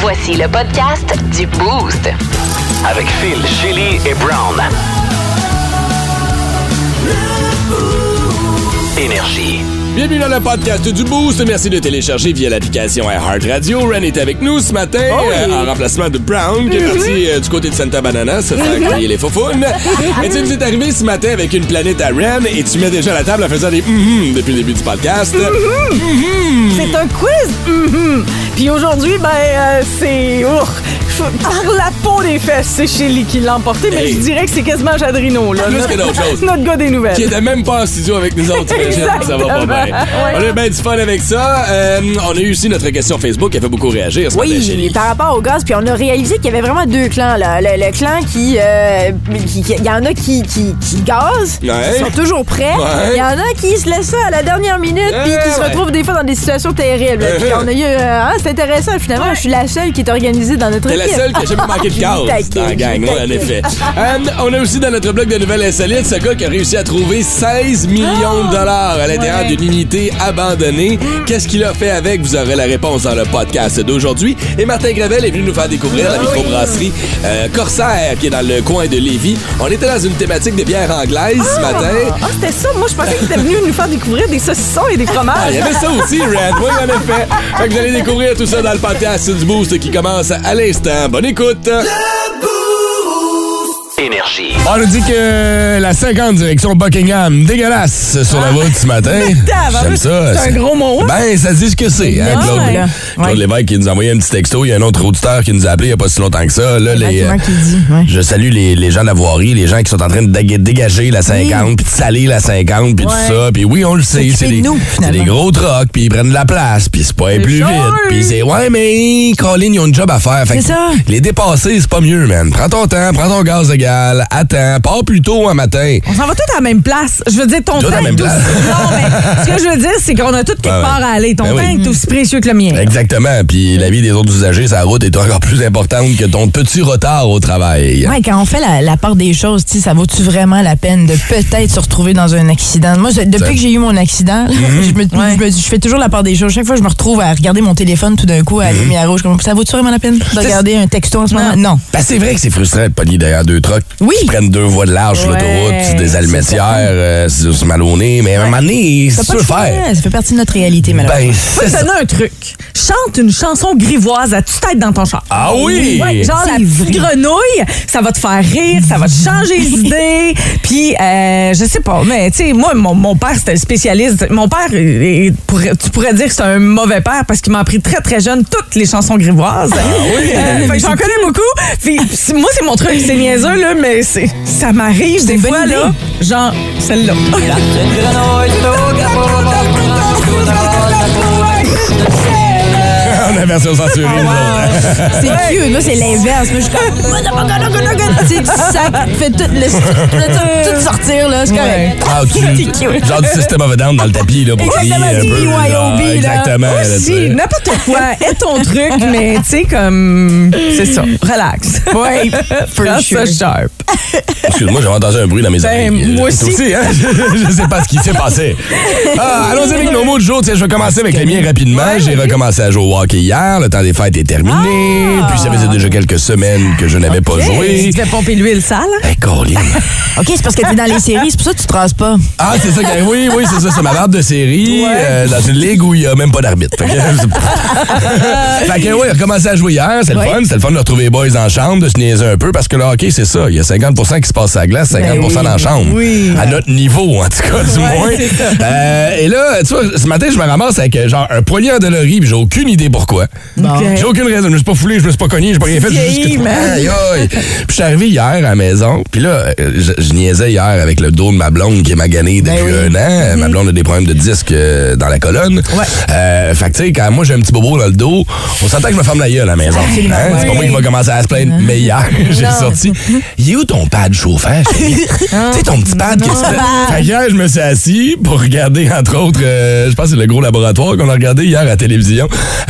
Voici le podcast du Boost. Avec Phil, Chili et Brown. Énergie. Bienvenue dans le podcast du Boost. Merci de télécharger via l'application iHeartRadio. Ren est avec nous ce matin en remplacement de Brown qui est parti du côté de Santa Banana se faire crier les faufounes. Et tu es arrivé ce matin avec une planète à Ren et tu mets déjà la table en faisant des depuis le début du podcast. C'est un quiz. Puis aujourd'hui, c'est par la peau des fesses, c'est Chili qui l'a emporté, mais je dirais que c'est quasiment Jadrino, là. Plus que d'autres choses. Notre gars des nouvelles. Qui était même pas en studio avec nous autres. Ça va pas bien. Ouais. On a bien du fun avec ça. On a eu aussi notre question Facebook qui a fait beaucoup réagir ce matin, Chili. Oui, par rapport au gaz, puis on a réalisé qu'il y avait vraiment deux clans, là. Le clan qui il y en a qui gazent, qui sont toujours prêts. Il y en a qui se laissent ça à la dernière minute, puis qui se retrouvent des fois dans des situations terribles. Puis on a eu... c'est intéressant, finalement. Je suis la seule qui est organisée dans notre équipe. La seule qui a jamais manqué de gaz dans la gang, en effet. On a aussi dans notre blog de nouvelles insolites ce gars qui a réussi à trouver 16 millions de dollars à l'intérieur d'une unité abandonnée. Qu'est-ce qu'il a fait avec? Vous aurez la réponse dans le podcast d'aujourd'hui. Et Martin Gravel est venu nous faire découvrir la microbrasserie Corsair qui est dans le coin de Lévis. On était dans une thématique de bière anglaise ce matin. C'était ça. Moi, je pensais qu'il était venu nous faire découvrir des saucissons et des fromages. Il y avait ça aussi, Red. Oui, en effet. Fait que vous allez découvrir tout ça dans le podcast du Boost qui commence à l'instant. Bonne écoute! Énergie. On nous dit que la 50 direction Buckingham, dégueulasse sur la route ce matin. J'aime ça. C'est un gros mot. Ben, ça dit ce que c'est. Hein, Claude Lévesque qui nous a envoyé un petit texto. Il y a un autre auditeur qui nous a appelé il n'y a pas si longtemps que ça. Là, je salue les gens de la voirie, les gens qui sont en train de dégager la 50, puis de saler la 50, puis tout ça. Puis oui, on le sait. C'est des gros trucks, puis ils prennent de la place, puis c'est pas aller plus vite. Puis c'est, mais Colin, ils ont une job à faire. Fait c'est ça. Les dépasser, c'est pas mieux, man. Prends ton temps, prends ton gaz égal. Attends, pars plus tôt un matin. On s'en va tous à la même place. Je veux dire, ton temps est aussi... Non, mais ce que je veux dire, c'est qu'on a tous quelque part à aller. Ton temps est aussi précieux que le mien. Exactement. Puis la vie des autres usagers sur la route est encore plus importante que ton petit retard au travail. Ouais, quand on fait la part des choses, ça vaut-tu vraiment la peine de peut-être se retrouver dans un accident? Moi, depuis que j'ai eu mon accident, je fais toujours la part des choses. Chaque fois, je me retrouve à regarder mon téléphone tout d'un coup à la lumière rouge. Ça vaut-tu vraiment la peine de regarder un texto en ce moment? Non. Ben, c'est vrai que c'est frustrant de pogner derrière deux trucks. Oui. Qui prennent deux voies de large sur l'autoroute, des almétières, c'est mal au nez. Mais à un moment donné, c'est sûr faire. Ça fait partie de notre réalité, malheureusement. Je vais te donner un truc. Chante une chanson grivoise à tue-tête dans ton char. Ah oui? Ouais, genre la petite grenouille, ça va te faire rire, ça va te changer les idées. Puis, je sais pas, mais tu sais, moi, mon père, c'était le spécialiste. Mon père, tu pourrais dire que c'est un mauvais père parce qu'il m'a appris très, très jeune toutes les chansons grivoises. Ah oui? Fait que j'en connais beaucoup. Puis, moi, c'est mon truc, c'est niaiseux, là, mais ça m'arrive des fois, là, genre celle-là. On a la version censurée, C'est cute. Moi, c'est l'inverse. Moi, je suis comme... Tu fais tout sortir, là. C'est correct. Ah, genre du System of a Down dans le tapis, là, pour crier un peu. BYOB, Exactement. Aussi, n'importe quoi. Aie ton truc, mais tu sais, comme... C'est ça. Relax. Oui, for sure. Sharp. Excuse-moi, j'avais entendu un bruit dans mes oreilles. Moi aussi. Hein? Je sais pas ce qui s'est passé. Allons-y avec nos mots du jour. Tiens, je vais commencer avec les miens rapidement. J'ai recommencé à jouer au hockey hier. Le temps des fêtes est terminé. Puis ça faisait déjà quelques semaines que je n'avais pas joué. Tu te fais pomper l'huile sale? Colin. OK, c'est parce que t'es dans les séries. C'est pour ça que tu te rases pas. Ah, c'est ça. Oui, c'est ça. C'est ma barbe de série dans une ligue où il n'y a même pas d'arbitre. Fait que oui, j'ai recommencé à jouer hier. C'est le fun. C'était le fun de retrouver les boys dans la chambre, de se niaiser un peu parce que le hockey, c'est ça. Il y a 50% qui se passe à la glace, 50% dans la chambre. Oui. À notre niveau, en tout cas, du moins. Et là, tu vois, ce matin, je me ramasse avec genre un poignard de lorrie, puis j'ai aucune idée pourquoi. J'ai aucune raison. Je me suis pas foulé, je me suis pas cogné, j'ai pas rien fait. Puis je suis arrivé hier à la maison, puis là, je niaisais hier avec le dos de ma blonde qui est maganée depuis un an. Ma blonde a des problèmes de disque dans la colonne. Fait que tu sais, quand moi j'ai un petit bobo dans le dos, on s'entend que je me ferme la gueule à la maison. C'est pas moi qui va commencer à se plaindre. Mais hier, j'ai sorti. Il est où ton pad chauffant? Tu sais, ton petit pad qui se fait. Fait hier, je me suis assis pour regarder, entre autres, je pense que c'est le gros laboratoire qu'on a regardé hier à la télévision avec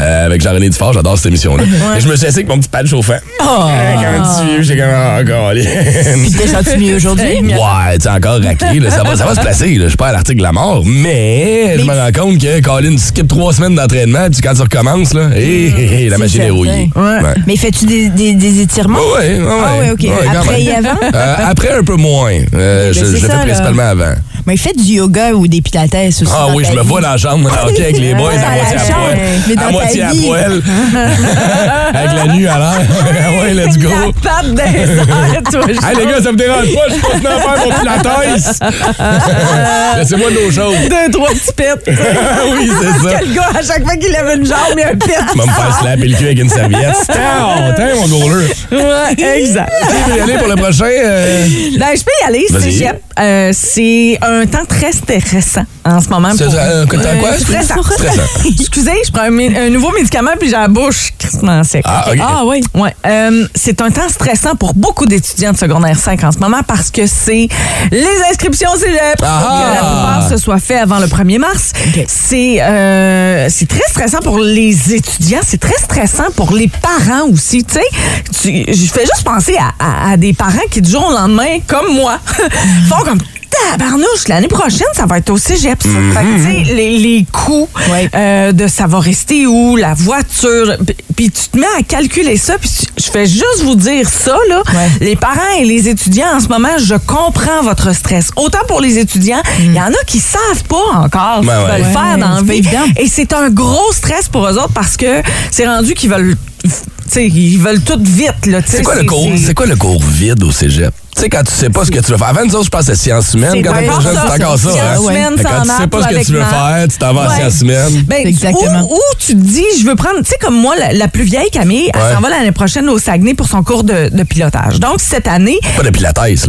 Jean-René Dufort, j'adore cette émission-là. Et je me suis assis avec mon petit pad chauffant. Avec un petit vieux, j'étais comme encore. Puis t'es senti mieux aujourd'hui? Ouais, tu sais, encore raclé, là, ça va se placer. Je suis pas à l'article de la mort, mais je me rends compte que Colin, tu skippes 3 semaines d'entraînement, puis quand tu recommences, là, la machine est rouillée. Ouais. Mais fais-tu des étirements? Oui. Ah oui, OK. Après et avant? Après, un peu moins. Je le fais principalement avant. Mais faites du yoga ou des pilates aussi. Ah oui, je me vois dans la chambre avec les boys à moitié à poil. Avec la nuit à l'air. Ouais, let's go. La patte des airs, toi. Hey les gars, ça me dérange pas, je continue à faire mon pilates. Laissez-moi de l'eau chaude. 2-3 petits pets. Oui, c'est ça. Quel gars, à chaque fois qu'il lève une jambe, il y a un pet. Je vais me faire slapper le cul avec une serviette. Tiens, mon goaler. Ouais, exact. Tu veux y aller pour le prochain? Ben, je peux y aller, Cégep. C'est un temps très stressant en ce moment. C'est quoi? Stressant. Excusez, je prends un nouveau médicament puis j'ai la bouche crissement sec. Ah, OK. Ah oui. Ouais. C'est un temps stressant pour beaucoup d'étudiants de secondaire 5 en ce moment parce que c'est les inscriptions Cégep. Que la plupart se soit fait avant le 1er mars. Okay. C'est très stressant pour les étudiants. C'est très stressant pour les parents aussi. Tu sais, je fais juste penser à des parents qui, du jour au lendemain, comme moi, font comme... Tabarnouche, l'année prochaine, ça va être au cégep, ça. Fait que, tu sais, les coûts de ça va rester où, la voiture, puis tu te mets à calculer ça, puis je fais juste vous dire ça, là. Les parents et les étudiants, en ce moment, je comprends votre stress. Autant pour les étudiants, il y en a qui savent pas encore ce qu'ils veulent faire dans la vie. Et c'est un gros stress pour eux autres parce que c'est rendu qu'ils veulent... T'sais, ils veulent tout vite. Là, c'est quoi le cours vide au cégep? Tu sais, quand tu sais pas ce que tu veux faire. Avant, nous autres, je pense à sciences humaines. Quand t'es jeune, c'est encore ça. Quand tu sais pas ce que tu veux faire, tu t'en vas à sciences humaines. Ben, exactement. Ou tu te dis, je veux prendre... Tu sais, comme moi, la plus vieille, Camille, elle s'en va l'année prochaine au Saguenay pour son cours de pilotage. Donc, cette année... Pas de pilates, là.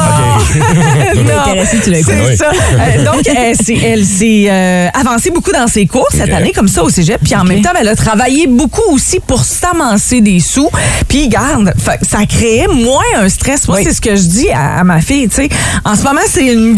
Non! Non. C'est ça. Donc, elle s'est avancée beaucoup dans ses cours cette année, comme ça, au cégep. Puis en même temps, elle a travaillé beaucoup aussi pour s'amasser des sous. Puis, garde, ça créait moins un stress. Moi, c'est ce que je dis à ma fille, tu sais. En ce moment, c'est une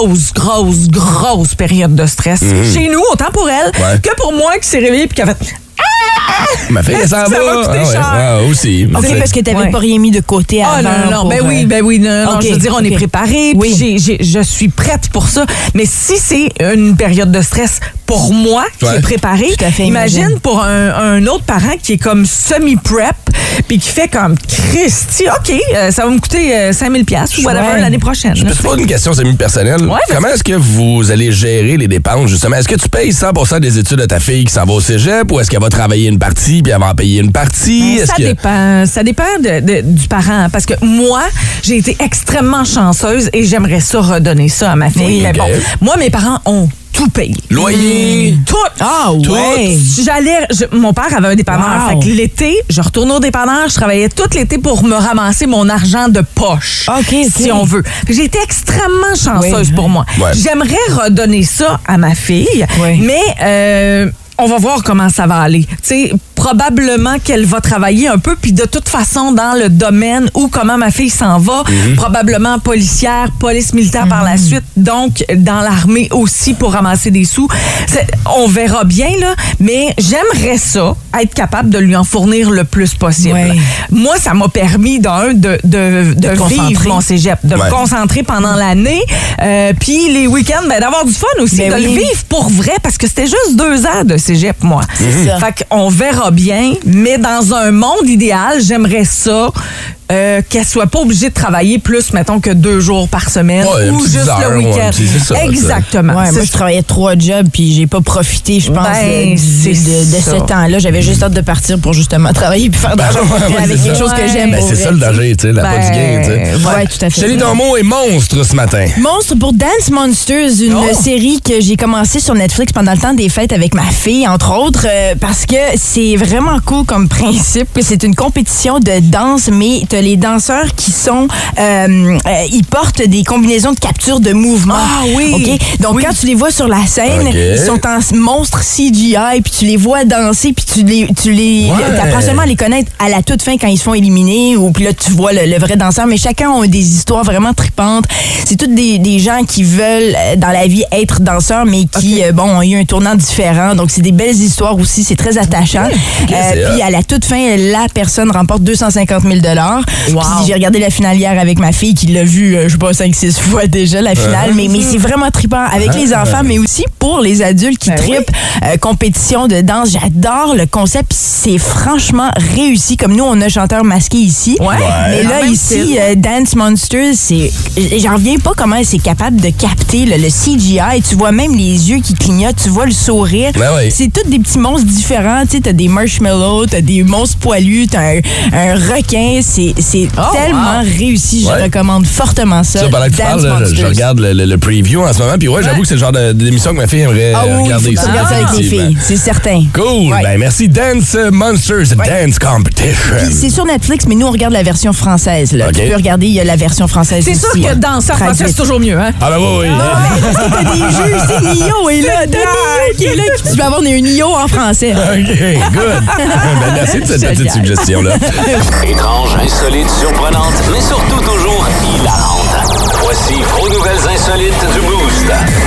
grosse période de stress. Chez nous, autant pour elle que pour moi qui s'est réveillée puis qui a fait... Ma fille, elle s'en va. Ça va coûter cher. Aussi. OK, parce que t'avais pas rien mis de côté avant. Non. Ben oui. Non, je veux dire, on est préparé. Puis je suis prête pour ça. Mais si c'est une période de stress pour moi qui est préparée, imagine pour un autre parent qui est comme semi-prep puis qui fait comme Christy, OK, ça va me coûter 5 000 ou whatever l'année prochaine. Je peux te poser une question semi-personnelle. Comment est-ce que vous allez gérer les dépenses, justement? Est-ce que tu payes 100% des études de ta fille qui s'en va au cégep ou est-ce qu'elle va travailler une partie puis elle va en payer une partie? Ça dépend du parent. Parce que moi, j'ai été extrêmement chanceuse et j'aimerais ça redonner ça à ma fille. Mais bon, moi, mes parents ont tout payé. Loyer? Tout. Ah ouais. Mon père avait un dépanneur. Fait que l'été, je retournais au dépanneur, je travaillais tout l'été pour me ramasser mon argent de poche. Si on veut. J'ai été extrêmement chanceuse pour moi. J'aimerais redonner ça à ma fille, mais on va voir comment ça va aller. Tu sais, probablement qu'elle va travailler un peu, puis de toute façon, dans le domaine où comment ma fille s'en va, probablement policière, police militaire par la suite, donc dans l'armée aussi pour ramasser des sous. On verra bien, là, mais j'aimerais ça, être capable de lui en fournir le plus possible. Moi, ça m'a permis de vivre mon cégep, de me concentrer pendant l'année, puis les week-ends, d'avoir du fun aussi, de le vivre pour vrai, parce que c'était juste 2 ans de cégep, moi. Fait qu'on verra bien, mais dans un monde idéal, j'aimerais ça qu'elle soit pas obligée de travailler plus, mettons, que 2 jours par semaine ou juste le week-end. Exactement. Moi, je travaillais 3 jobs puis j'ai pas profité, je pense, de ce temps-là. J'avais juste hâte de partir pour justement travailler puis faire d'argent avec quelque chose que j'aime. C'est ça le danger, tu sais, la pas du gain. Oui, tout à fait. Chélie, ton mot est monstre ce matin. Monstre pour Dance Monsters, une série que j'ai commencé sur Netflix pendant le temps des fêtes avec ma fille, entre autres, parce que c'est vraiment cool comme principe. C'est une compétition de danse, mais t'as les danseurs qui sont... ils portent des combinaisons de capture de mouvement. Ah oui! Okay? Donc, quand tu les vois sur la scène, ils sont en monstre CGI, puis tu les vois danser, puis tu apprends seulement à les connaître à la toute fin quand ils se font éliminer, ou puis là, tu vois le vrai danseur. Mais chacun a des histoires vraiment tripantes. C'est toutes des gens qui veulent, dans la vie, être danseurs, mais qui, ont eu un tournant différent. Donc, c'est des belles histoires aussi. C'est très attachant. Puis, à la toute fin, la personne remporte 250 000 $. Puis, j'ai regardé la finale hier avec ma fille qui l'a vue, je sais pas, 5-6 fois déjà, la finale. Mais c'est vraiment trippant avec les enfants, mais aussi pour les adultes qui trippent. Compétition de danse. J'adore le concept. C'est franchement réussi. Comme nous, on a chanteur masqué ici. Mais là, ici, Dance Monsters, j'en reviens pas comment c'est capable de capter le CGI. Tu vois même les yeux qui clignotent. Tu vois le sourire. C'est tous des petits monstres différents. Tu sais, t'as des marshmallows, t'as des monstres poilus, t'as un requin. C'est tellement réussi. Je recommande fortement ça. Pendant que tu parles, je regarde le preview en ce moment. Puis j'avoue que c'est le genre d'émission que ma fille aimerait regarder. Il faut regarder ça avec les filles, c'est certain. Cool. Ben merci Dance Monsters Dance Competition. Puis c'est sur Netflix, mais nous on regarde la version française. Là. Tu peux regarder, il y a la version française aussi. C'est sûr que danser en français, c'est toujours mieux, hein? Ah ben oui. Non, mais parce que t'as des jeux ici, Nio est là. T'as Nio qui est là. Tu vas avoir un Nio en français. OK, good. Ben merci de cette petite suggestion-là. Étrange, insolite, surprenante, mais surtout toujours hilarante. Voici vos nouvelles insolites du Boost.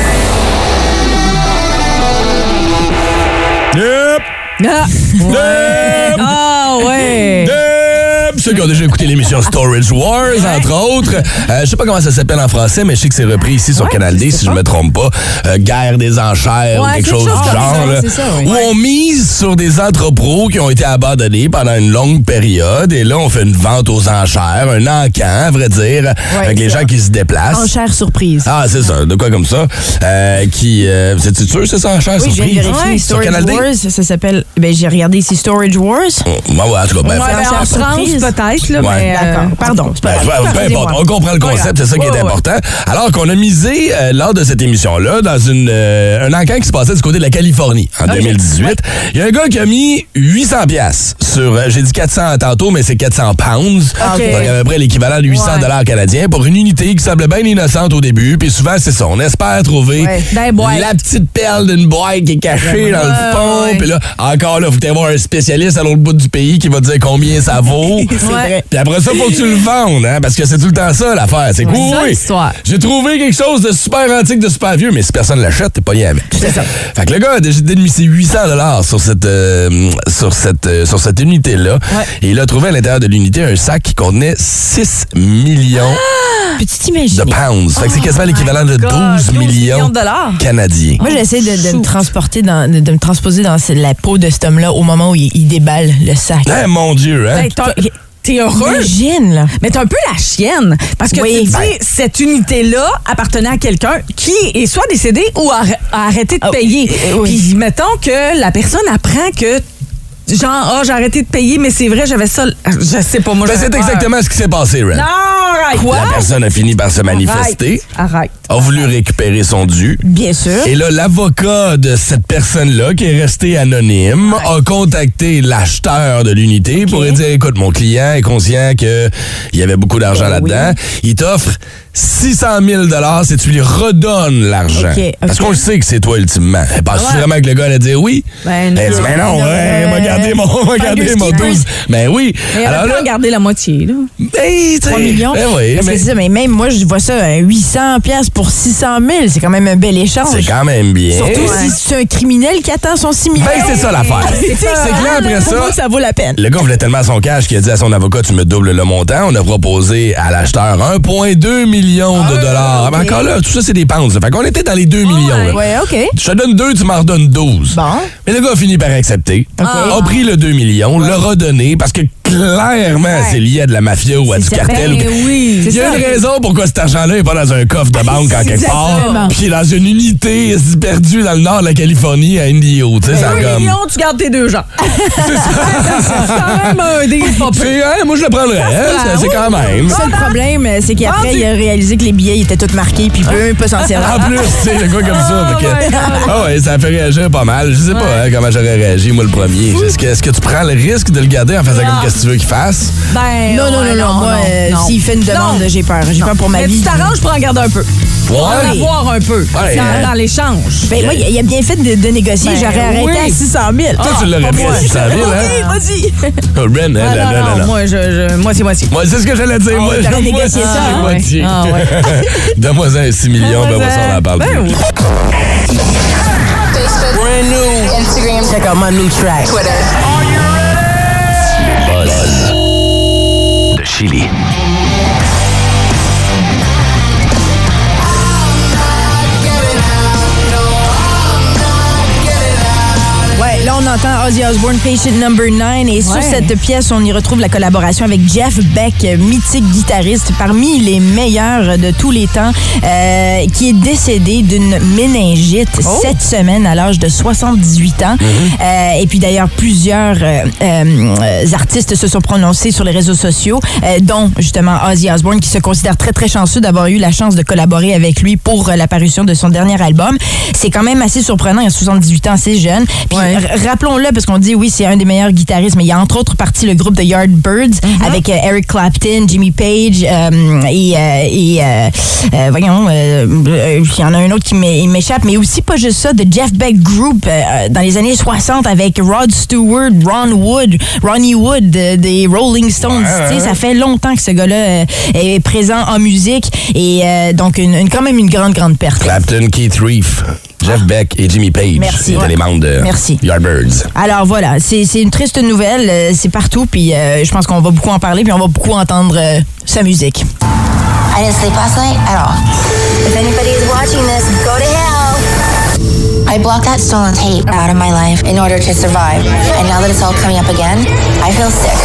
Ceux qui ont déjà écouté l'émission Storage Wars, entre autres. Je sais pas comment ça s'appelle en français, mais je sais que c'est repris ici sur Canal D, si je me trompe pas. Guerre des enchères ou quelque chose du genre. Là, où on mise sur des entrepôts qui ont été abandonnés pendant une longue période. Et là, on fait une vente aux enchères, un encan, à vrai dire, avec les gens qui se déplacent. Enchères surprise. Ah, c'est ça, de quoi comme ça. C'est-tu sûr, c'est ça, enchères surprise? Oui, je viens de vérifier. Storage Wars, ça s'appelle... j'ai regardé ici Storage Wars. En tout cas, en France, peut-être, là, mais... D'accord, pardon. Peu importe, on comprend le concept, c'est ça qui est important. Alors qu'on a misé, lors de cette émission-là, dans un encan qui se passait du côté de la Californie, en 2018. Il y a un gars qui a mis 800 piastres sur, j'ai dit 400 tantôt, mais c'est 400 pounds. Donc, à peu près l'équivalent de 800 $ canadiens pour une unité qui semblait bien innocente au début. Puis souvent, c'est ça. On espère trouver la petite perle d'une boîte qui est cachée dans le fond. Puis là, encore là, il faut que tu voir un spécialiste à l'autre bout du pays qui va te dire combien ça vaut. Puis après ça, faut que tu le vendes, hein, parce que c'est tout le temps ça, l'affaire. C'est cool. J'ai trouvé quelque chose de super antique, de super vieux, mais si personne l'achète, t'es pas lié avec. C'est ça. Fait que le gars a décidé de miser 800 $ sur cette unité-là. Et il a trouvé à l'intérieur de l'unité un sac qui contenait 6 millions de pounds. Fait que c'est quasiment l'équivalent de 12 millions de $ canadiens. Moi, j'essaie de me transporter de me transposer dans la peau de cet homme-là au moment où il déballe le sac. Eh, mon Dieu, hein? T'es heureux. Imagine, là. Mais t'es un peu la chienne. Parce que tu dis, cette unité-là appartenait à quelqu'un qui est soit décédé ou a arrêté de payer. Puis mettons que la personne apprend que genre, j'ai arrêté de payer, mais c'est vrai, j'avais ça. Je sais pas, moi. C'est exactement ce qui s'est passé, Ren. Non, Quoi? La personne a fini par se manifester. Arrête. A voulu récupérer son dû. Bien sûr. Et là, l'avocat de cette personne-là, qui est resté anonyme, a contacté l'acheteur de l'unité pour lui dire, écoute, mon client est conscient qu'il y avait beaucoup d'argent là-dedans. Il t'offre 600 000 $ si tu lui redonnes l'argent. Parce qu'on le sait que c'est toi, ultimement. Penses-tu vraiment que le gars allait dire oui? Ben non. Elle dit, mais non, m'a gardé mon 12. Ben oui. Mais alors là, garder la moitié, là. Ben, 3 millions. Ben oui. C'est ça, mais même moi, je vois ça, 800 piastres pour 600 000, c'est quand même un bel échange. C'est quand même bien. Surtout si c'est un criminel qui attend son 6 millions. Ben, c'est ça l'affaire. C'est que là, après ça, moi, ça vaut la peine. Le gars voulait tellement son cash qu'il a dit à son avocat, tu me doubles le montant. On a proposé à l'acheteur 1,2 million de $. Mais encore là, tout ça, c'est des pounds. Fait qu'on était dans les 2 millions. Ouais, OK. Je te donne 2, tu m'en redonnes 12. Bon. Mais le gars a fini par accepter. A pris le 2 millions, l'a redonné parce que clairement, c'est lié à de la mafia ou à du cartel. Il y a une raison pourquoi cet argent-là n'est pas dans un coffre de banque en quelque part, puis dans une unité perdue dans le nord de la Californie à Indio. Tu sais, ça comme... million, tu gardes tes 2 gens. C'est ça. C'est quand même un deal. Moi, je le prendrais. C'est quand même. Ça, le problème, c'est qu'après, il a réalisé que les billets étaient tous marqués, puis il peut même pas s'en servir. En plus, tu sais, le gars comme ça. Ouais, ça a fait réagir pas mal. Je sais pas comment j'aurais réagi, moi, le premier. Est-ce que tu prends le risque de le garder en faisant comme question que tu veux qu'il fasse. Ben, non. Moi, s'il fait une demande, j'ai peur. J'ai peur pour ma vie. Tu t'arranges pour en garder un peu. Ouais. Pour en avoir un peu. Ouais. Dans l'échange. Ben, moi, il a bien fait de négocier. J'aurais arrêté à 600 000. Toi, tu l'aurais pris à 600 000, hein? OK, vas-y. Ren, Non. Moi, moitié-moitié. Moi, c'est ce que j'allais dire. Moi, t'aurais négocié ça. moitié. Donne-moi un 6 millions, ben on en parle. Ben oui. Facebook, Brand new. Instagram, Check out my new track. Twitter. Buzz de Chili. Ouais, là, on entend Ozzy Osbourne, Patient Number 9. Et sur cette pièce, on y retrouve la collaboration avec Jeff Beck, mythique guitariste, parmi les meilleurs de tous les temps, qui est décédé d'une méningite cette semaine à l'âge de 78 ans. Et puis d'ailleurs, plusieurs artistes se sont prononcés sur les réseaux sociaux, dont justement Ozzy Osbourne, qui se considère très, très chanceux d'avoir eu la chance de collaborer avec lui pour la parution de son dernier album. C'est quand même assez surprenant, il a 78 ans, assez jeune. Puis rappelons-le, parce qu'on dit, oui, c'est un des meilleurs guitaristes, mais il y a entre autres parti le groupe The Yardbirds avec Eric Clapton, Jimmy Page voyons, il y en a un autre qui m'échappe, mais aussi pas juste ça, The Jeff Beck Group dans les années 60 avec Rod Stewart, Ronnie Wood des Rolling Stones. Ça fait longtemps que ce gars-là est présent en musique et donc quand même une grande perte. Clapton, Keith Reef, Jeff Beck et Jimmy Page. Merci. C'était les membres de Yardbirds. Alors voilà, c'est une triste nouvelle, c'est partout, puis je pense qu'on va beaucoup en parler, puis on va beaucoup entendre sa musique. I didn't sleep last night at all. If anybody is watching this, go to hell. I blocked that stolen tape out of my life in order to survive. And now that it's all coming up again, I feel sick.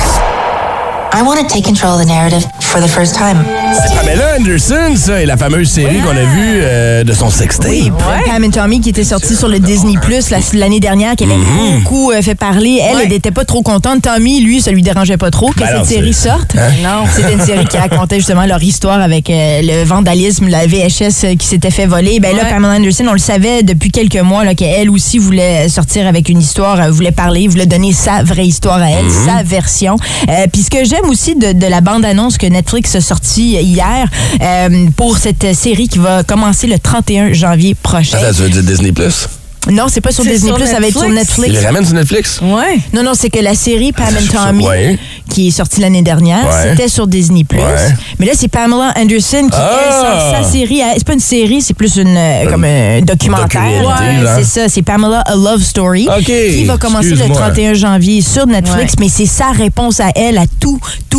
I want to take control of the narrative for the first time. C'est Pamela Anderson, ça, et la fameuse série qu'on a vue de son sextape. Oui, Pam and Tommy qui était sortie sur le Disney Plus l'année dernière, qui avait beaucoup fait parler. Elle n'était pas trop contente. Tommy, lui, ça lui dérangeait pas trop que cette série sorte. Non, c'était une série qui racontait justement leur histoire avec le vandalisme, la VHS qui s'était fait voler. Ben là, Pamela Anderson, on le savait depuis quelques mois là, qu'elle aussi voulait sortir avec une histoire, voulait parler, voulait donner sa vraie histoire à elle, sa version. Puis ce que j'aime aussi de la bande-annonce que Netflix a sortie hier pour cette série qui va commencer le 31 janvier prochain. Ça veut dire Disney+. Non, c'est pas sur Disney+, ça va être sur Netflix. Ils les ramènent sur Netflix? Ouais. Non, c'est que la série Pam and Tommy, qui est sortie l'année dernière, c'était sur Disney+. Mais là, c'est Pamela Anderson qui sort sa série. C'est pas une série, c'est plus comme un documentaire. C'est ça, c'est Pamela A Love Story qui va commencer le 31 janvier sur Netflix, mais c'est sa réponse à elle à tout,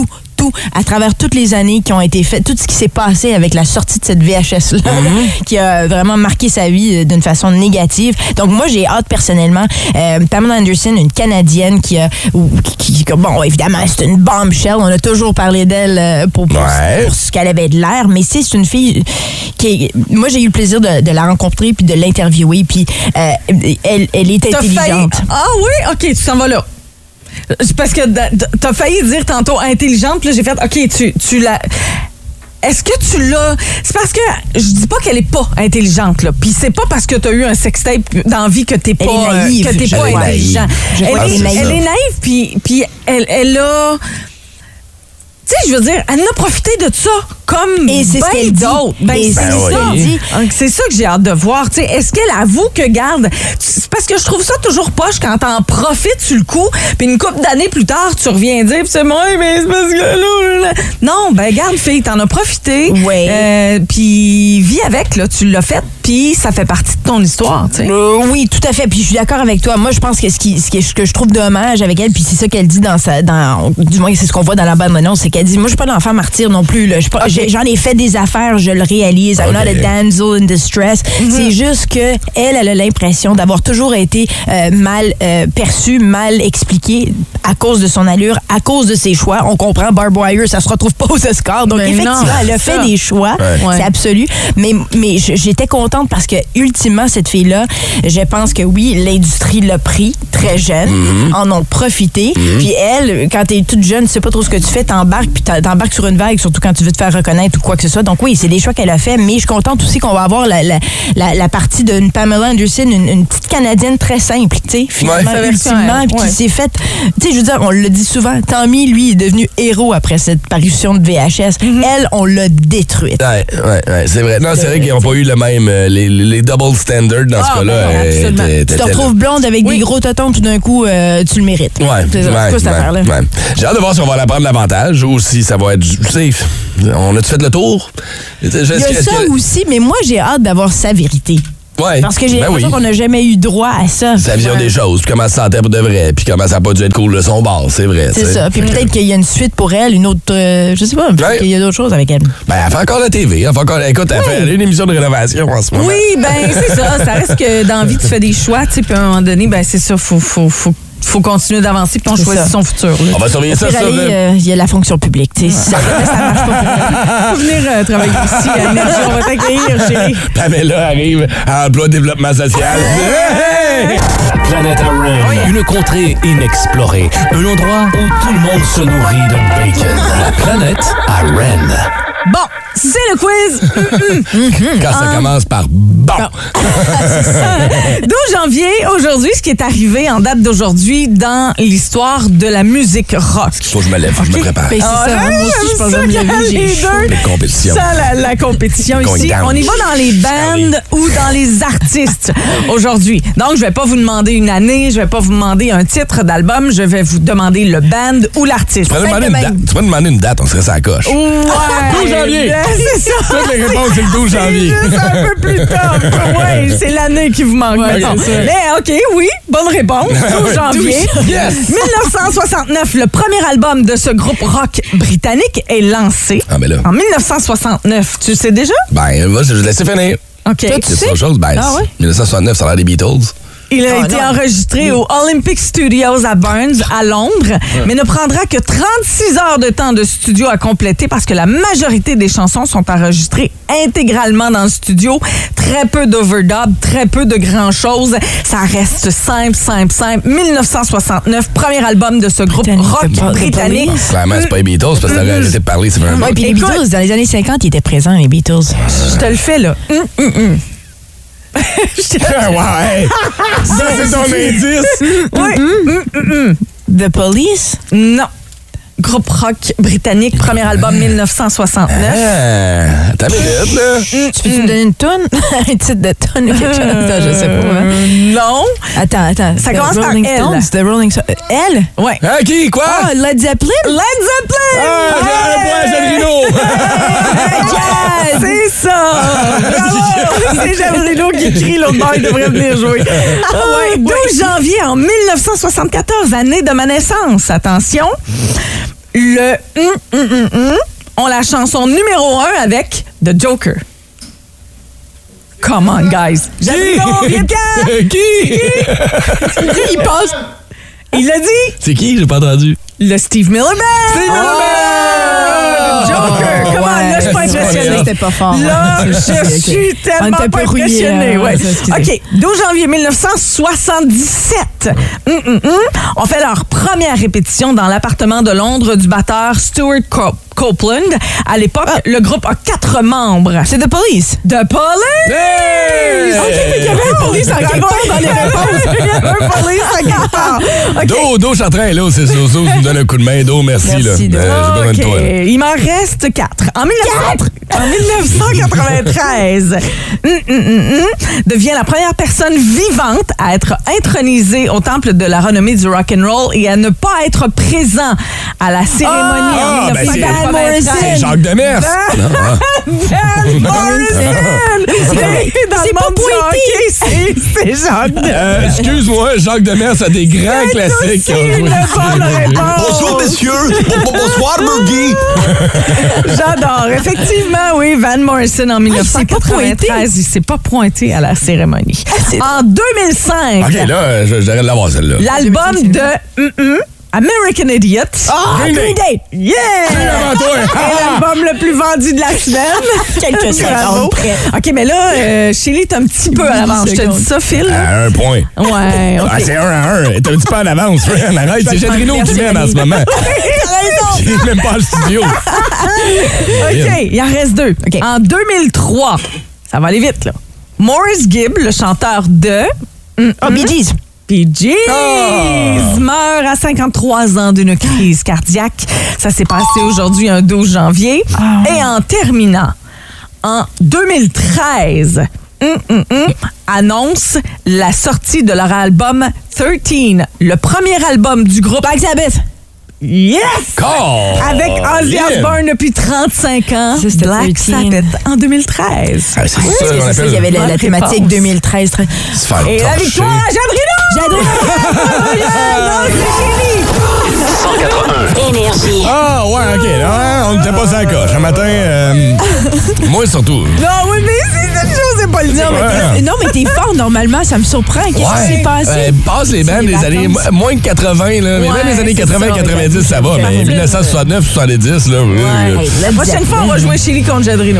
à travers toutes les années qui ont été faites, tout ce qui s'est passé avec la sortie de cette VHS-là, qui a vraiment marqué sa vie d'une façon négative. Donc, moi, j'ai hâte personnellement. Pamela Anderson, une Canadienne qui bon, évidemment, c'est une bombshell. On a toujours parlé d'elle pour ce qu'elle avait de l'air, mais c'est une fille moi, j'ai eu le plaisir de la rencontrer puis de l'interviewer, puis elle est intelligente. Ah oui? OK, tu s'en vas là. Parce que t'as failli dire tantôt intelligente, puis là, j'ai fait, OK, tu l'as... Est-ce que tu l'as... C'est parce que je dis pas qu'elle est pas intelligente, là. Puis c'est pas parce que t'as eu un sextape dans la vie que t'es pas... Elle est naïve. Que t'es pas intelligent. Elle est naïve, puis elle a... Tu sais, je veux dire, elle en a profité de ça comme et c'est ce qu'elle dit. C'est ça que j'ai hâte de voir. Tu sais, est-ce qu'elle avoue que, garde, c'est parce que je trouve ça toujours poche quand t'en profites sur le coup, puis une couple d'années plus tard, tu reviens dire, c'est moi, mais c'est parce que là... Non, ben garde, fille, t'en as profité. Puis vis avec, là, tu l'as fait, puis ça fait partie de ton histoire, tu sais. Oui, tout à fait. Puis je suis d'accord avec toi. Moi, je pense que ce que je trouve dommage avec elle, puis c'est ça qu'elle dit du moins, c'est ce qu'on voit dans la bande-annonce, c'est qu'elle dit, moi, je suis pas l'enfant martyr non plus, là. J'en ai fait des affaires, je le réalise. I'm not a damsel in distress. C'est juste que elle a l'impression d'avoir toujours été mal perçue, mal expliquée à cause de son allure, à cause de ses choix. On comprend, Barb Wire, ça se retrouve pas aux Oscars. Donc, effectivement, elle a fait des choix. C'est absolu. Mais j'étais contente parce que, ultimement, cette fille-là, je pense que oui, l'industrie l'a pris très jeune, en ont profité. Puis elle, quand t'es toute jeune, tu sais pas trop ce que tu fais, t'embarques sur une vague, surtout quand tu veux te faire reconnaître ou quoi que ce soit. Donc oui, c'est des choix qu'elle a fait, mais je suis contente aussi qu'on va avoir la partie d'une Pamela Anderson, une petite Canadienne très simple, tu sais, finalement, ultimement, puis qui s'est faite, tu sais, je veux dire, on le dit souvent, Tommy, lui, est devenu héros après cette parution de VHS. Elle, on l'a détruite. Ouais, c'est vrai. Non, c'est vrai qu'ils n'ont pas eu le même, les double standards dans ce cas-là. Tu te retrouves blonde avec des gros totons, tout d'un coup, tu le mérites. C'est quoi cette affaire-là? J'ai hâte de voir si on va la prendre davantage ou si ça va être safe. On a-tu fait le tour? Il y a ça aussi, mais moi, j'ai hâte d'avoir sa vérité. Ouais. Parce que j'ai l'impression qu'on n'a jamais eu droit à ça. Sa vision des choses, puis comment elle se sentait pour de vrai, puis comment ça n'a pas dû être cool de son bord, c'est vrai. C'est ça. Puis peut-être qu'il y a une suite pour elle, une autre. Je sais pas, peut-être qu'il y a d'autres choses avec elle. Ben, elle fait encore la TV. Écoute, elle fait une émission de rénovation en ce moment. Oui, ben, c'est ça. Ça reste que dans la vie, tu fais des choix, tu sais, puis à un moment donné, ben, c'est ça, faut continuer d'avancer puis on choisit son futur. Là. On va surveiller ça. Il y a la fonction publique. Si ça marche pas pour faut venir travailler ici à Énergie. On va t'accueillir, chérie. Pamela arrive à Emploi Développement Social. La planète Aren. Une contrée inexplorée. Un endroit où tout le monde se nourrit de bacon. La planète Aren. Bon, c'est le quiz. Quand ça commence par bon. C'est ça. 12 janvier, aujourd'hui, ce qui est arrivé en date d'aujourd'hui dans l'histoire de la musique rock. Faut que je me lève, faut que je me prépare. C'est ça. Moi aussi, je pense que je me lève. J'ai chaud. Compétition. Ça, la compétition ici. On y va dans les bands ou dans les artistes aujourd'hui. Donc, je vais pas vous demander une année, je vais pas vous demander un titre d'album, je vais vous demander le band ou l'artiste. Tu peux me demander une date, on serait ça à la coche. Ouais. 12 janvier. C'est ça. Toutes les réponses, c'est le 12 janvier. C'est juste un peu plus tard. Oui, c'est l'année qui vous manque. Ouais, mais OK, oui, bonne réponse. 12 janvier. Yes. 1969, le premier album de ce groupe rock britannique est lancé. Ah, ben là. En 1969. Tu le sais déjà? Ben, moi, je vais laisser finir. OK. C'est autre chose. Ben, 1969, ça a l'air des Beatles. Il a été enregistré au Olympic Studios à Burns, à Londres, mais ne prendra que 36 heures de temps de studio à compléter parce que la majorité des chansons sont enregistrées intégralement dans le studio. Très peu d'overdub, très peu de grand-chose. Ça reste simple. 1969, premier album de ce groupe rock britannique. Clairement, c'est pas les Beatles parce que t'aurais arrêté de parler. Oui, puis les Beatles, dans les années 50, ils étaient présents, les Beatles. Je te le fais, là. Ouais. Ça, c'est ton indice. Oui. The Police? Non. Groupe rock britannique, premier album 1969. T'as minute, là. Tu peux-tu me donner une toune? Un titre de toune ou quelque chose? Je sais pas. Non. Attends. Ça commence par Rolling L. Stones, The Rolling Stones. Elle? Ouais. Ah, qui? Quoi? Ah, Led Zeppelin? Led Zeppelin! Ah, j'ai un point, C'est ça! Bravo! C'est Jean-Bruno qui crie, l'autre bord, il devrait venir jouer. Ouais, 12 janvier en 1974, année de ma naissance. Attention. Le ont la chanson numéro 1 avec The Joker. Come on, guys. Qui? Il passe. Il l'a dit. C'est qui? J'ai pas entendu. Le Steve Miller Band. Steve Miller Band! Joker. Comment là, je suis pas impressionnée. C'était pas fort. Là, je suis tellement pas impressionnée. Ouais. OK. 12 janvier 1977. On fait leur première répétition dans l'appartement de Londres du batteur Stuart Copeland. À l'époque, le groupe a 4 membres. C'est The Police. The Police! Hey! OK, il y avait un Police en quelque part dans les réponses. Il y avait un Police en quelque part. OK. Do, je suis en train, là, c'est Soso, tu me donnes un coup de main. Do, merci, là. Merci, Do. J'ai besoin de toi, là. Il m'en reste 4. En 1993, devient la première personne vivante à être intronisée au temple de la renommée du rock'n'roll et à ne pas être présent à la cérémonie en 1993. C'est Jacques Demers. Van Morrison! C'est pas pointé! C'est Jacques Demers. Excuse-moi, Jacques Demers a des grands classiques. Bonjour, messieurs. Bonsoir, Burgie. J'adore. Effectivement, oui, Van Morrison en 1993. Il s'est pas pointé à la cérémonie. En 2005. OK, là, j'arrête de l'avoir, celle-là. L'album de American Idiot. Green Day. Yeah! L'album le plus vendu de la semaine. Quelques secondes près. OK, mais là, Shelly, t'es un petit peu à l'avance. Je te dis ça, Phil. À 1 point. Ouais, OK. Ah, c'est 1-1. T'es un petit peu en avance, Fran. Arrête, c'est Jadrino qui mène en ce moment. T'as raison. Il est même pas en studio. OK, il en reste 2. Okay. En 2003, ça va aller vite, là. Maurice Gibb, le chanteur de... Bee Gees. Bee Gees meurt à 53 ans d'une crise cardiaque. Ça s'est passé aujourd'hui, un 12 janvier. Et en terminant, en 2013... annonce la sortie de leur album 13, le premier album du groupe Black Sabbath. Yes! Cool. Avec Ozzy Osbourne depuis 35 ans. C'était Black Sabbath en 2013. Ah, c'est ça, il y avait la thématique 2013. Et la victoire à Jadrino! Énergie. Ah, ouais, OK. Là, on n'était pas sur la coche. Un matin, moi surtout. Non, oui, mais cette chose, c'est pas le dire. Non, mais t'es fort normalement, ça me surprend. Qu'est-ce qui s'est passé? Passe les bandes des années moins que 80, là. Mais même les années 80-90, ça va. Mais 1969-70, là. La prochaine fois, on va jouer Chili contre Jadrino.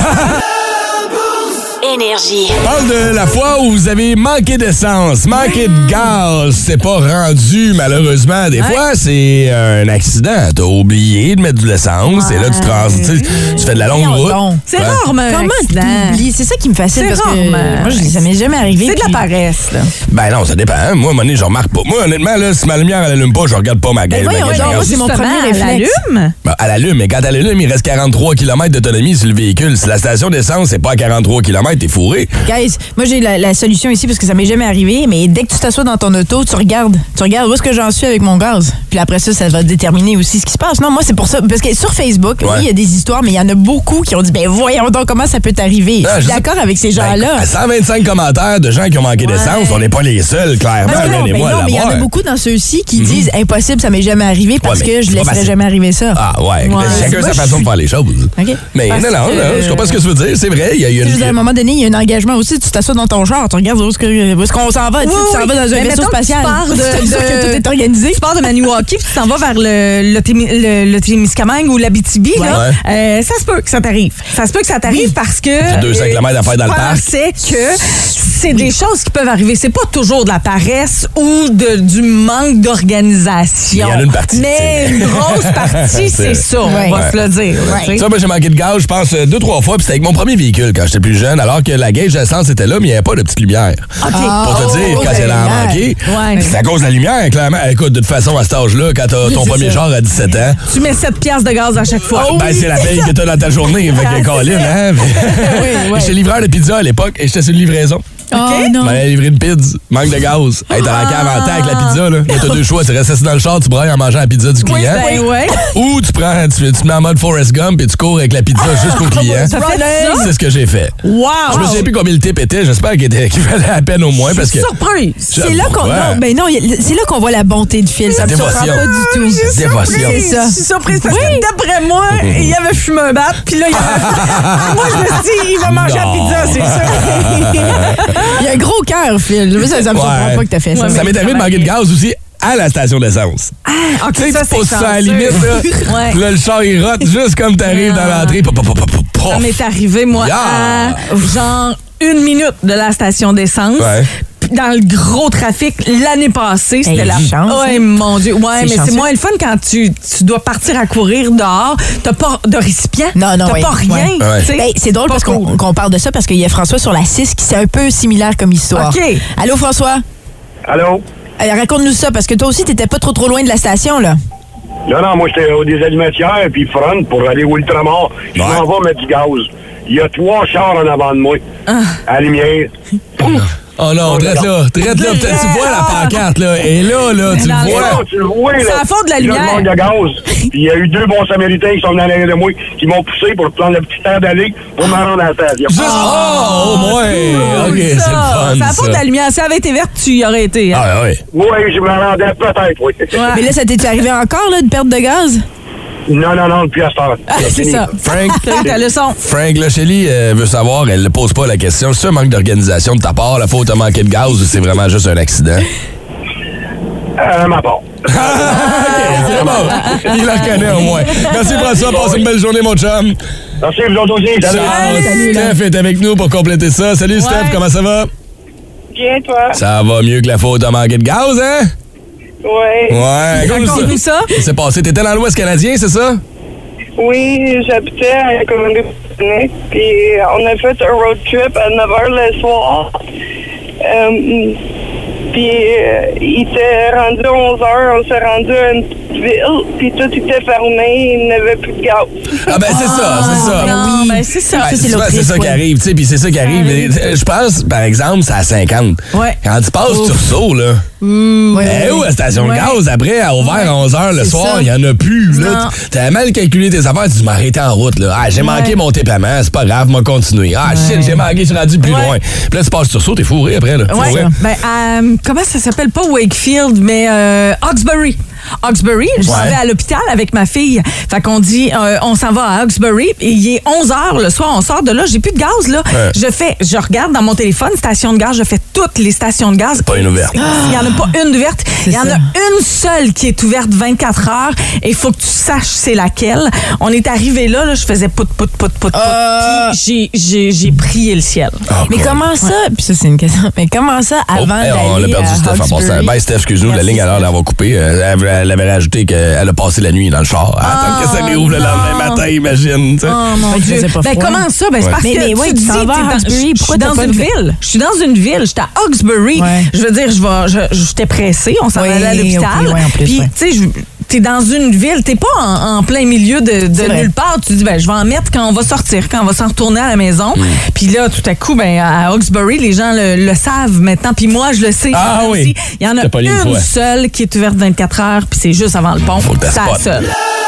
Énergie. Parle de la fois où vous avez manqué d'essence, manqué de gaz, c'est pas rendu malheureusement. Des fois, c'est un accident. T'as oublié de mettre de l'essence et là, tu fais de la longue route. C'est rarement un accident. T'oublies? C'est ça qui me fascine parce que moi, ça m'est jamais arrivé. C'est de la paresse, là. Ben non, ça dépend. Moi, à un moment donné, je remarque pas. Moi, honnêtement, là, si ma lumière, elle allume pas, je regarde pas ma gueule. Moi, c'est mon premier réflexe. Elle allume, mais quand elle allume, il reste 43 km d'autonomie sur le véhicule. Si la station d'essence n'est pas à 43 km, t'es fourré. Guys, moi j'ai la solution ici parce que ça m'est jamais arrivé, mais dès que tu t'assois dans ton auto, tu regardes où est-ce que j'en suis avec mon gaz. Puis après ça va déterminer aussi ce qui se passe. Non, moi c'est pour ça, parce que sur Facebook, oui, il y a des histoires, mais il y en a beaucoup qui ont dit, ben voyons donc comment ça peut t'arriver. Je suis d'accord avec ces gens-là. À 125 commentaires de gens qui ont manqué d'essence, on n'est pas les seuls, clairement. Non, mais il y en a beaucoup dans ceux-ci qui disent, impossible, ça m'est jamais arrivé parce que je laisserais jamais arriver ça. Ah ouais, chacun sa façon de faire les choses. Okay. Mais non, je comprends ce que tu veux dire, c'est vrai. À un moment donné, il y a un engagement aussi, tu t'assois dans ton char, tu regardes où est-ce qu'on s'en va, tu s'en vas dans un vaisseau spatial. Tu pars que tout est organisé. Tu pars de Maniwaki puis tu t'en vas vers le Témiscamingue ou l'Abitibi. Ça se peut que ça t'arrive. Ça se peut que ça t'arrive parce que... C'est 200 km à faire dans le parc. C'est que c'est des choses qui peuvent arriver. C'est pas toujours de la paresse ou du manque d'organisation. Il y en a une partie. Mais une grosse partie, c'est ça, on va se le dire. Ça, moi, j'ai manqué de gaz, je pense, 2-3 fois, puis c'était avec mon premier véhicule quand j'étais plus jeune, alors que la gauge d'essence était là, mais il n'y avait pas de petite lumière. Pour te dire, quand elle a manqué, c'est à cause de la lumière, clairement. Écoute, de toute façon, à cet âge-là, quand t'as ton premier char à 17 ans... Tu mets 7 piastres de gaz à chaque fois. C'est la paye que t'as dans ta journée, avec Colin, hein? J'étais livreur de pizza à l'époque, et j'étais sur une livraison. Okay. Non. Ben, livrer une pizza, manque de gaz. Hey, t'as la cave en temps avec la pizza, là. T'as deux choix. Tu restes assis dans le char, tu brailles en mangeant la pizza du client. Ou tu te mets en mode Forrest Gump et tu cours avec la pizza jusqu'au client. C'est ce que j'ai fait. Wow! Je me souviens plus combien le type était. J'espère qu'il valait la peine au moins. Parce que surprise! C'est là qu'on voit la bonté de Phil. Ça me surprend pas du tout. Dévotion. C'est ça. Je suis surprise parce que d'après moi, il avait fumé un bat. Puis là, moi, je me suis dit, il va manger la pizza, c'est sûr. Il y a un gros cœur, Phil. Ça me surprend pas que t'as fait ça. Ça m'est arrivé de manquer de gaz aussi à la station d'essence. OK, tu sais, tu poses ça à la limite, là. Là, le char, il rote juste comme t'arrives dans l'entrée. Ça m'est arrivé, moi, à genre 1 minute de la station d'essence. Dans le gros trafic l'année passée, c'était la chance. Oh mon Dieu. Ouais, mais c'est moins le fun quand tu dois partir à courir dehors. T'as pas de récipient. Non, t'as pas rien. C'est drôle parce qu'on parle de ça parce qu'il y a François sur la 6 qui c'est un peu similaire comme histoire. OK. Allô, François? Allô? Raconte-nous ça parce que toi aussi, t'étais pas trop loin de la station, là. Non, moi, j'étais au désalimentière puis front pour aller au Ultramar. Je m'en vais mettre du gaz. Il y a 3 chars en avant de moi. À la lumière. Oh non, traite là. Tu vois la pancarte, là. Et là, tu le vois. Tu le vois, là. C'est à fond de la lumière. Il y a le manque de gaz. Puis il y a eu 2 bons Samaritains qui sont venus en arrière de moi, qui m'ont poussé pour prendre le petit air d'aller pour me rendre à la station. Au moins. OK, c'est le fun. C'est à fond de la lumière. Si ça avait été verte, tu y aurais été. Hein? Ah oui. Oui, je me rendais peut-être, oui. Mais là, ça t'est arrivé encore, là, de perte de gaz? Non, depuis à ce temps. C'est ça. Frank, ta leçon. Frank, là, Shelly veut savoir, elle ne pose pas la question. C'est un manque d'organisation de ta part, la faute à manquer de gaz ou c'est vraiment juste un accident? Ma part. OK, c'est bon. Il la reconnaît au moins. Merci François, passe une belle journée, mon chum. Merci, vous autres aussi. Salut. Steph est avec nous pour compléter ça. Salut Steph, comment ça va? Bien, toi? Ça va mieux que la faute à manquer de gaz, hein? Ouais. Ouais, raconte-nous ça. C'est passé. T'étais dans l'Ouest canadien, c'est ça? Oui, j'habitais à Colombie-Britannique, puis on a fait un road trip à 9h le soir. Puis il était rendu 11h, on s'est rendu à une petite ville, puis tout était fermé, il n'y avait plus de gaz. Ah ben c'est ça. Non, ben c'est ça. C'est ça qui arrive, tu sais, puis c'est ça qui arrive. Je pense, par exemple, c'est à 50. Ouais. Quand tu passes Tursault, là, où à la station de gaz, après, à ouvert à 11h le soir, il n'y en a plus. Là, t'as mal calculé tes affaires, tu m'arrêtais en route. Là. Ah, j'ai manqué mon dépaiement, c'est pas grave, m'a continué. Ah, shit, j'ai manqué, je suis rendu plus loin. Puis là, tu passes Tursault, t'es fourré après. Là. Ouais. Ben, comment ça s'appelle? Pas Wakefield, mais Hawkesbury. Hawkesbury, je vais à l'hôpital avec ma fille. Fait qu'on dit, on s'en va à Hawkesbury. Et il est 11h le soir, on sort de là, j'ai plus de gaz, là. Je regarde dans mon téléphone, station de gaz, je fais toutes les stations de gaz. Pas une ouverte. Il n'y en a pas une ouverte. Il y en a une seule qui est ouverte 24 heures. Et il faut que tu saches c'est laquelle. On est arrivé là, je faisais pout. Puis j'ai prié le ciel. Mais comment ça, puis ça c'est une question, mais comment ça avant d'aller on a perdu Steph en passant. Ben Steph, excuse-nous, la ligne à l'heure d'avoir coupé. Elle avait rajouté qu'elle a passé la nuit dans le char. Attends que ça réouvre le lendemain matin, imagine. Oh mon Dieu. Ben comment ça? Ben c'est parce que tu dis, je suis dans une ville. Je suis dans une ville. J'étais à Hawkesbury. Je veux dire, j'étais pressée. On s'en allait à l'hôpital. Puis, tu sais, t'es dans une ville, t'es pas en plein milieu de nulle part. Tu dis, ben, je vais en mettre quand on va sortir, quand on va s'en retourner à la maison. Puis là, tout à coup, ben, à Hawkesbury, les gens le savent maintenant. Puis moi, je le sais. Ah oui. Il y en a une seule qui est ouverte 24 heures, puis c'est juste avant le pont. C'est la seule.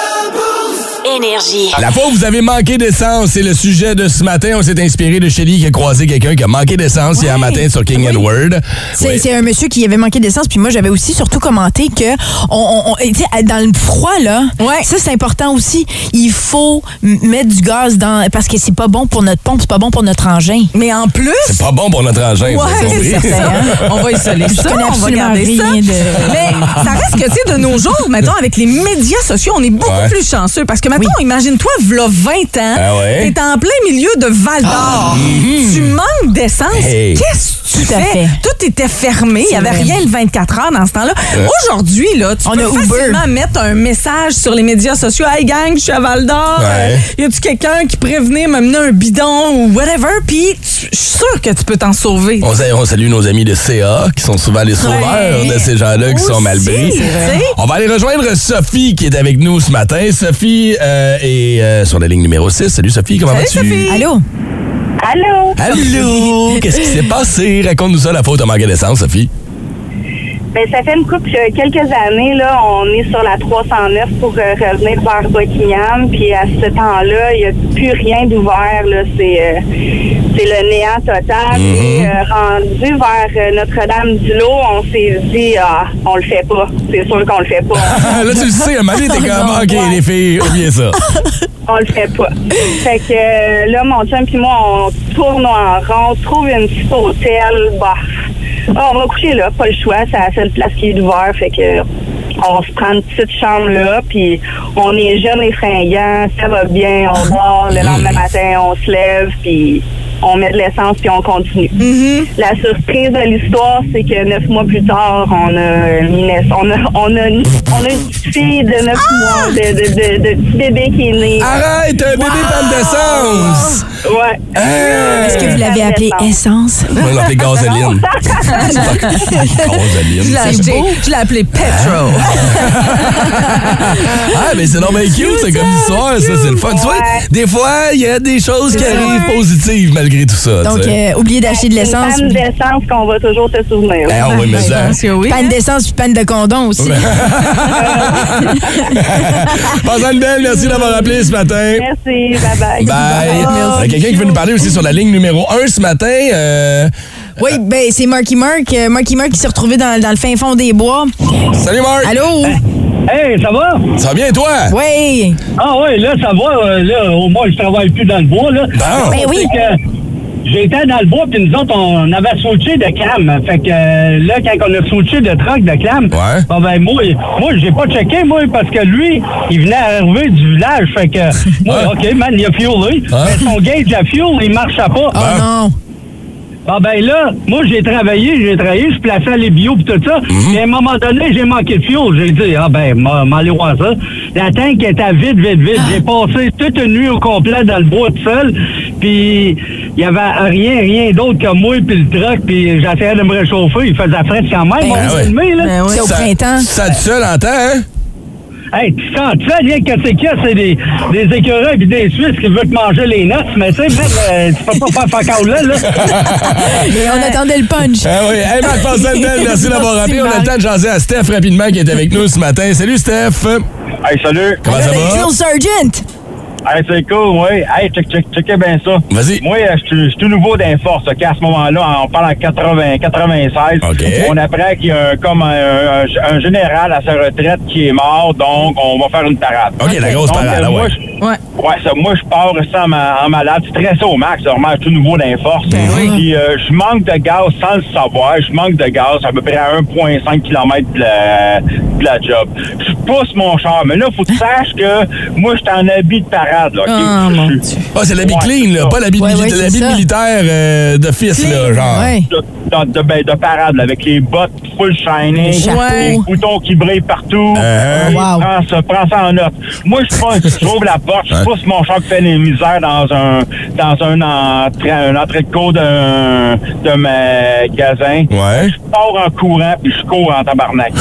Énergie. La fois où vous avez manqué d'essence, c'est le sujet de ce matin. On s'est inspiré de Shelly qui a croisé quelqu'un qui a manqué d'essence hier matin sur King Edward. C'est un monsieur qui avait manqué d'essence, puis moi, j'avais aussi surtout commenté que dans le froid, là, ça, c'est important aussi. Il faut mettre du gaz parce que c'est pas bon pour notre pompe, c'est pas bon pour notre engin. Mais en plus... C'est pas bon pour notre engin. C'est certain. On va isoler ça, on va garder ça. Mais ça reste que, tu sais, de nos jours, mettons, avec les médias sociaux, on est beaucoup plus chanceux parce que mettons, imagine-toi, v'là 20 ans, t'es en plein milieu de Val-d'Or. Tu manques d'essence. Qu'est-ce que tu fais? Tout était fermé. Il n'y avait rien de 24 heures dans ce temps-là. Aujourd'hui, là, tu peux facilement mettre un message sur les médias sociaux. Hey gang, je suis à Val-d'Or. Y a-tu quelqu'un qui pourrait venir m'amener un bidon ou whatever? Puis je suis sûre que tu peux t'en sauver. On salue nos amis de CA qui sont souvent les sauveurs de ces gens-là qui sont mal pris. On va aller rejoindre Sophie qui est avec nous ce matin. Sophie est sur la ligne numéro 6. Salut Sophie, comment vas-tu? Sophie. Allô? Allô? Qu'est-ce qui s'est passé? Raconte-nous ça, la faute à manquer d'essence, Sophie. Ben, ça fait quelques années, là, on est sur la 309 pour revenir vers Buckingham. Puis à ce temps-là, il n'y a plus rien d'ouvert. Là. C'est le néant total. Et rendu vers Notre-Dame-du-Lot, on s'est dit, on le fait pas. C'est sûr qu'on le fait pas. Là, tu le sais, à un moment donné, t'es comme, OK, les filles, oubliez ça. On le fait pas. Fait que là, mon chum et moi, on tourne en rond, trouve une petite hôtel, on va coucher là, pas le choix, c'est la seule place qui est ouverte, fait que on se prend une petite chambre là, puis on est jeunes et fringants, ça va bien, on dort, le lendemain matin, on se lève, puis on met de l'essence, puis on continue. La surprise de l'histoire, c'est que 9 mois plus tard, on a une petite fille de 9 mois, de petit bébé qui est né. Arrête, un bébé panne d'essence! Ouais. Est-ce que vous l'avez appelé Essence? On l'a appelé Gasoline. Gasoline. Je l'ai appelé Petro. Mais c'est normal cute, c'est comme histoire, ça, c'est le fun. Tu vois, des fois, il y a des choses qui arrivent positives malgré tout ça. Donc, oubliez d'acheter de l'essence. Panne d'essence qu'on va toujours te souvenir. Oui, mais ça. Panne d'essence puis panne de condom aussi. Passe une belle, merci d'avoir appelé ce matin. Merci, bye-bye. Bye. Il y a quelqu'un qui veut nous parler aussi sur la ligne numéro 1 ce matin. Oui, ben c'est Marky Mark. Marky Mark qui s'est retrouvé dans le fin fond des bois. Salut Mark. Allô? Hey, ça va? Ça va bien, toi? Oui. Ah oui, là, ça va. Là, au moins, je travaille plus dans le bois, là. Bon. Ben oui. J'étais dans le bois, puis nous autres, on avait switché de clam. Fait que là, quand on a switché de truck de clam, moi, j'ai pas checké, moi, parce que lui, il venait arriver du village. Fait que, moi, OK, man, il a fuelé. Mais son gauge à fuel, il marchait pas. Oh non. Bon, ben là, moi, j'ai travaillé, je plaçais les bio pis tout ça. Et à un moment donné, j'ai manqué de fuel. J'ai dit, m'aller voir ça. La tank était vide. J'ai passé toute une nuit au complet dans le bois tout seul. Puis, il y avait rien d'autre que moi puis le truck. Puis, j'essayais de me réchauffer. Il faisait frais quand même. C'est au printemps. Ça a du seul en temps, hein? Hey, tu sens rien que c'est qu'il y a, c'est des écureuils et des Suisses qui veulent te manger les notes, mais tu sais, tu peux pas faire câble là. Et on attendait le punch. Ah oui, hey, Marc Pansel-Bell, merci d'avoir rappelé. On a le temps de jaser à Steph rapidement qui est avec nous ce matin. Salut, Steph. Hey, salut. Comment ça va? Drill Sergeant. Hey, c'est cool, oui. Hey, checkez bien ça. Vas-y. Moi, je suis tout nouveau dans les forces, OK? À ce moment-là, on parle en 96. Okay. On apprend qu'il y a un général à sa retraite qui est mort, donc on va faire une parade. OK, la grosse parade, moi, moi, je pars en malade, stressé au max. Vraiment, je suis tout nouveau dans les forces. Puis, je manque de gaz sans le savoir. Je manque de gaz à peu près à 1,5 km de la job. Je pousse mon char, mais là, il faut que tu saches que moi, je suis en habit de parade. Là, mon Dieu. C'est l'habit clean, là, pas l'habit militaire d'office, là, genre. De parade, là, avec les bottes full shining, les boutons qui brillent partout. Prends ça en note. Moi, j'ouvre la porte, je pousse mon char qui fait les misères dans un entrée de cour de magasin. Ouais. Je pars en courant, puis je cours en tabarnak.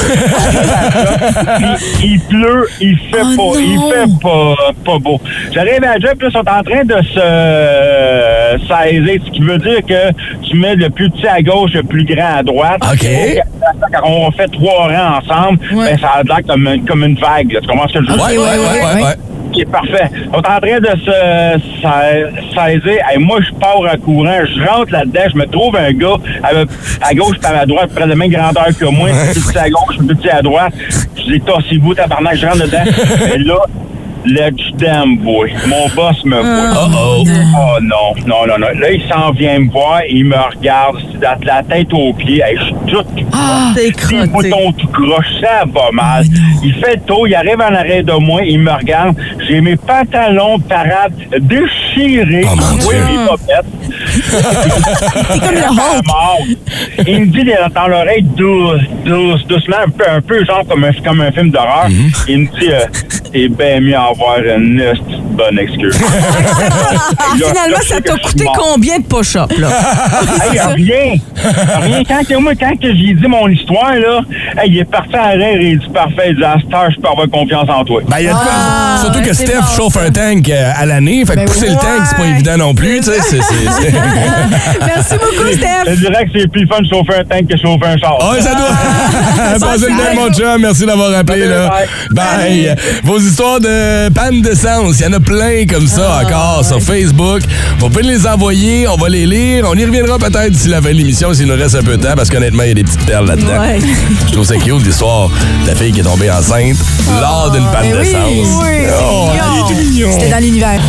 Puis il pleut, il fait pas beau. J'arrive à la job, puis là, ils sont en train de se saisir, ce qui veut dire que tu mets le plus petit à gauche, le plus grand à droite. OK. Quand on fait 3 rangs ensemble, ben, ça a l'air comme une vague. Là. Tu comprends ce que je veux dire? Ouais. OK, parfait. On est en train de se saisir. Hey, moi, je pars en courant, je rentre là-dedans, je me trouve un gars à gauche et à droite, près de la même grandeur que moi. Plus petit à gauche, plus petit à droite. Je dis, tassez-vous, tabarnak, je rentre dedans. Et là, let's damn boy. Mon boss me voit. Oh non. Là, il s'en vient me voir, il me regarde de la tête aux pieds. Hey, je suis tout les boutons tout croche, ça va mal. Il fait le tour, il arrive en arrière de moi, il me regarde. J'ai mes pantalons de parade déchirés. Mes bobettes. C'est comme le Hulk. Il me dit dans l'oreille doucement, un peu genre comme un film d'horreur. Il me dit, c'est bien mieux avoir une bonne excuse. Finalement, ça t'a coûté combien de push-ups, là? Rien. Quand j'ai dit mon histoire, là, il est parti à rire et il dit parfait, il dit à cette heure, je peux avoir confiance en toi. Ben, surtout que Steph chauffe un tank à l'année, fait que pousser le tank, c'est pas évident non plus, tu sais. Merci beaucoup, Steph. Je dirais que c'est plus fun de chauffer un tank que de chauffer un char. Ah, ça doit. Passez une belle, mon chum. Merci d'avoir appelé, là. Bye. Vos histoires de panne d'essence, il y en a plein comme ça encore sur Facebook. Vous pouvez les envoyer, on va les lire. On y reviendra peut-être d'ici la fin de l'émission s'il nous reste un peu de temps parce qu'honnêtement, il y a des petites perles là-dedans. Ouais. Je trouve ça cute l'histoire de la fille qui est tombée enceinte lors d'une panne d'essence. Oui. Il est tout mignon. C'était dans l'univers.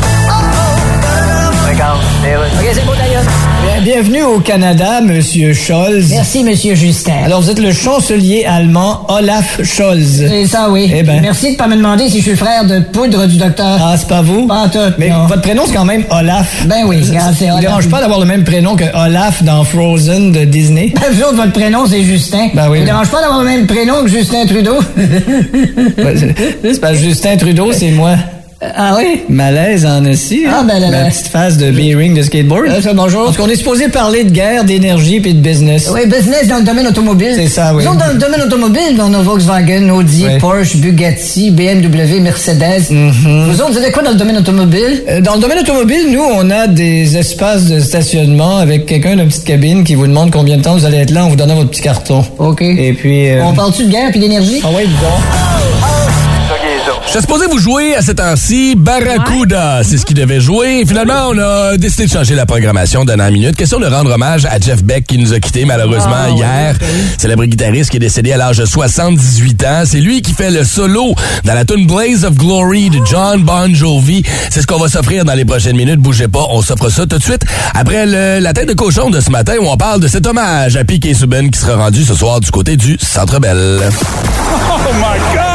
OK, c'est beau d'ailleurs. Bienvenue au Canada, Monsieur Scholz. Merci, Monsieur Justin. Alors, vous êtes le chancelier allemand Olaf Scholz. C'est ça, oui. Eh ben. Merci de pas me demander si je suis le frère de poudre du docteur. Ah, c'est pas vous? Pas en tout. Mais non. Votre prénom, c'est quand même Olaf. Ben oui, c'est Olaf. Ça vous dérange pas d'avoir le même prénom que Olaf dans Frozen de Disney? Ben, vous autres, votre prénom, c'est Justin. Ben oui. Ça vous dérange pas d'avoir le même prénom que Justin Trudeau? C'est parce que Justin Trudeau, c'est moi. Ah oui? Malaise en aussi. Ah, ben là, ma petite phase de B-ring de skateboard. Ça, bonjour. Parce qu'on est supposé parler de guerre, d'énergie puis de business. Oui, business dans le domaine automobile. C'est ça, oui. Nous autres, dans le domaine automobile, on a Volkswagen, Audi, Porsche, Bugatti, BMW, Mercedes. Vous autres, vous avez quoi dans le domaine automobile? Dans le domaine automobile, nous, on a des espaces de stationnement avec quelqu'un d'une petite cabine qui vous demande combien de temps vous allez être là en vous donnant votre petit carton. OK. Et puis... On parle-tu de guerre puis d'énergie? Ah oui, bon. J'étais supposé vous jouer à cette heure-ci Barracuda. C'est ce qui devait jouer. Finalement, on a décidé de changer la programmation de dernière minute. Question de rendre hommage à Jeff Beck qui nous a quittés malheureusement hier. Célèbre guitariste qui est décédé à l'âge de 78 ans. C'est lui qui fait le solo dans la tune Blaze of Glory de John Bon Jovi. C'est ce qu'on va s'offrir dans les prochaines minutes. Bougez pas, on s'offre ça tout de suite après la tête de cochon de ce matin où on parle de cet hommage à Piquet Souben qui sera rendu ce soir du côté du Centre Bell. Oh my God!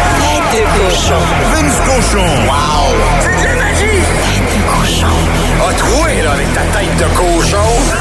Vince Cochon. Wow! C'est de la magie! Tête de cochon. A Toi, là, avec ta tête de cochon.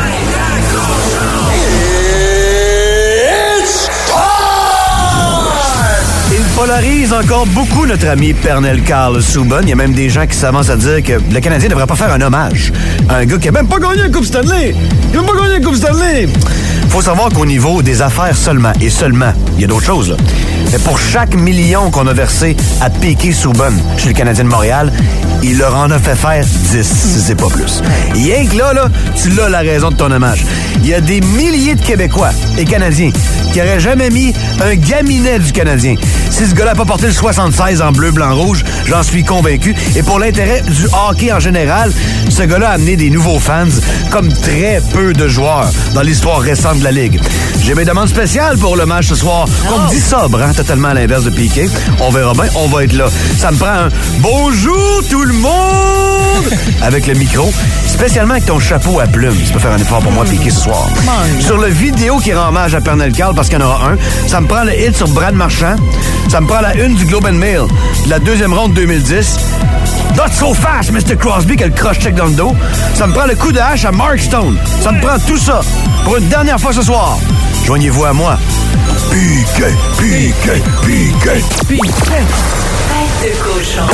Il polarise encore beaucoup notre ami Pernell Carl Subban. Il y a même des gens qui s'avancent à dire que le Canadien ne devrait pas faire un hommage à un gars qui a même pas gagné la Coupe Stanley. Il a même pas gagné la Coupe Stanley. Faut savoir qu'au niveau des affaires seulement, et seulement, il y a d'autres choses, là. Mais pour chaque million qu'on a versé à Piquet Subban chez le Canadien de Montréal, il leur en a fait faire 10, si c'est pas plus. Rien que là, tu l'as la raison de ton hommage. Il y a des milliers de Québécois et Canadiens qui n'auraient jamais mis un gaminet du Canadien. Si ce gars-là n'a pas porté le 76 en bleu, blanc, rouge, j'en suis convaincu. Et pour l'intérêt du hockey en général, ce gars-là a amené des nouveaux fans comme très peu de joueurs dans l'histoire récente de la Ligue. J'ai mes demandes spéciales pour le match ce soir. On me dit sobre, hein, totalement à l'inverse de Piquet. On verra bien, on va être là. Ça me prend un « Bonjour tout le monde » avec le micro, spécialement avec ton chapeau à plumes. Tu peux faire un effort pour moi, Piquet, ce soir. Sur le vidéo qui rend hommage à Pernell Carl, parce qu'il y en aura un, ça me prend le hit sur Brad Marchand. Ça me prend la une du Globe and Mail de la deuxième ronde 2010. Not so fast, Mr. Crosby, qui a le cross-check dans le dos. Ça me prend le coup de hache à Mark Stone. Ça me prend tout ça pour une dernière fois ce soir. Joignez-vous à moi. Piquet, Piquet, Piquet, Piquet. Tête de cochon.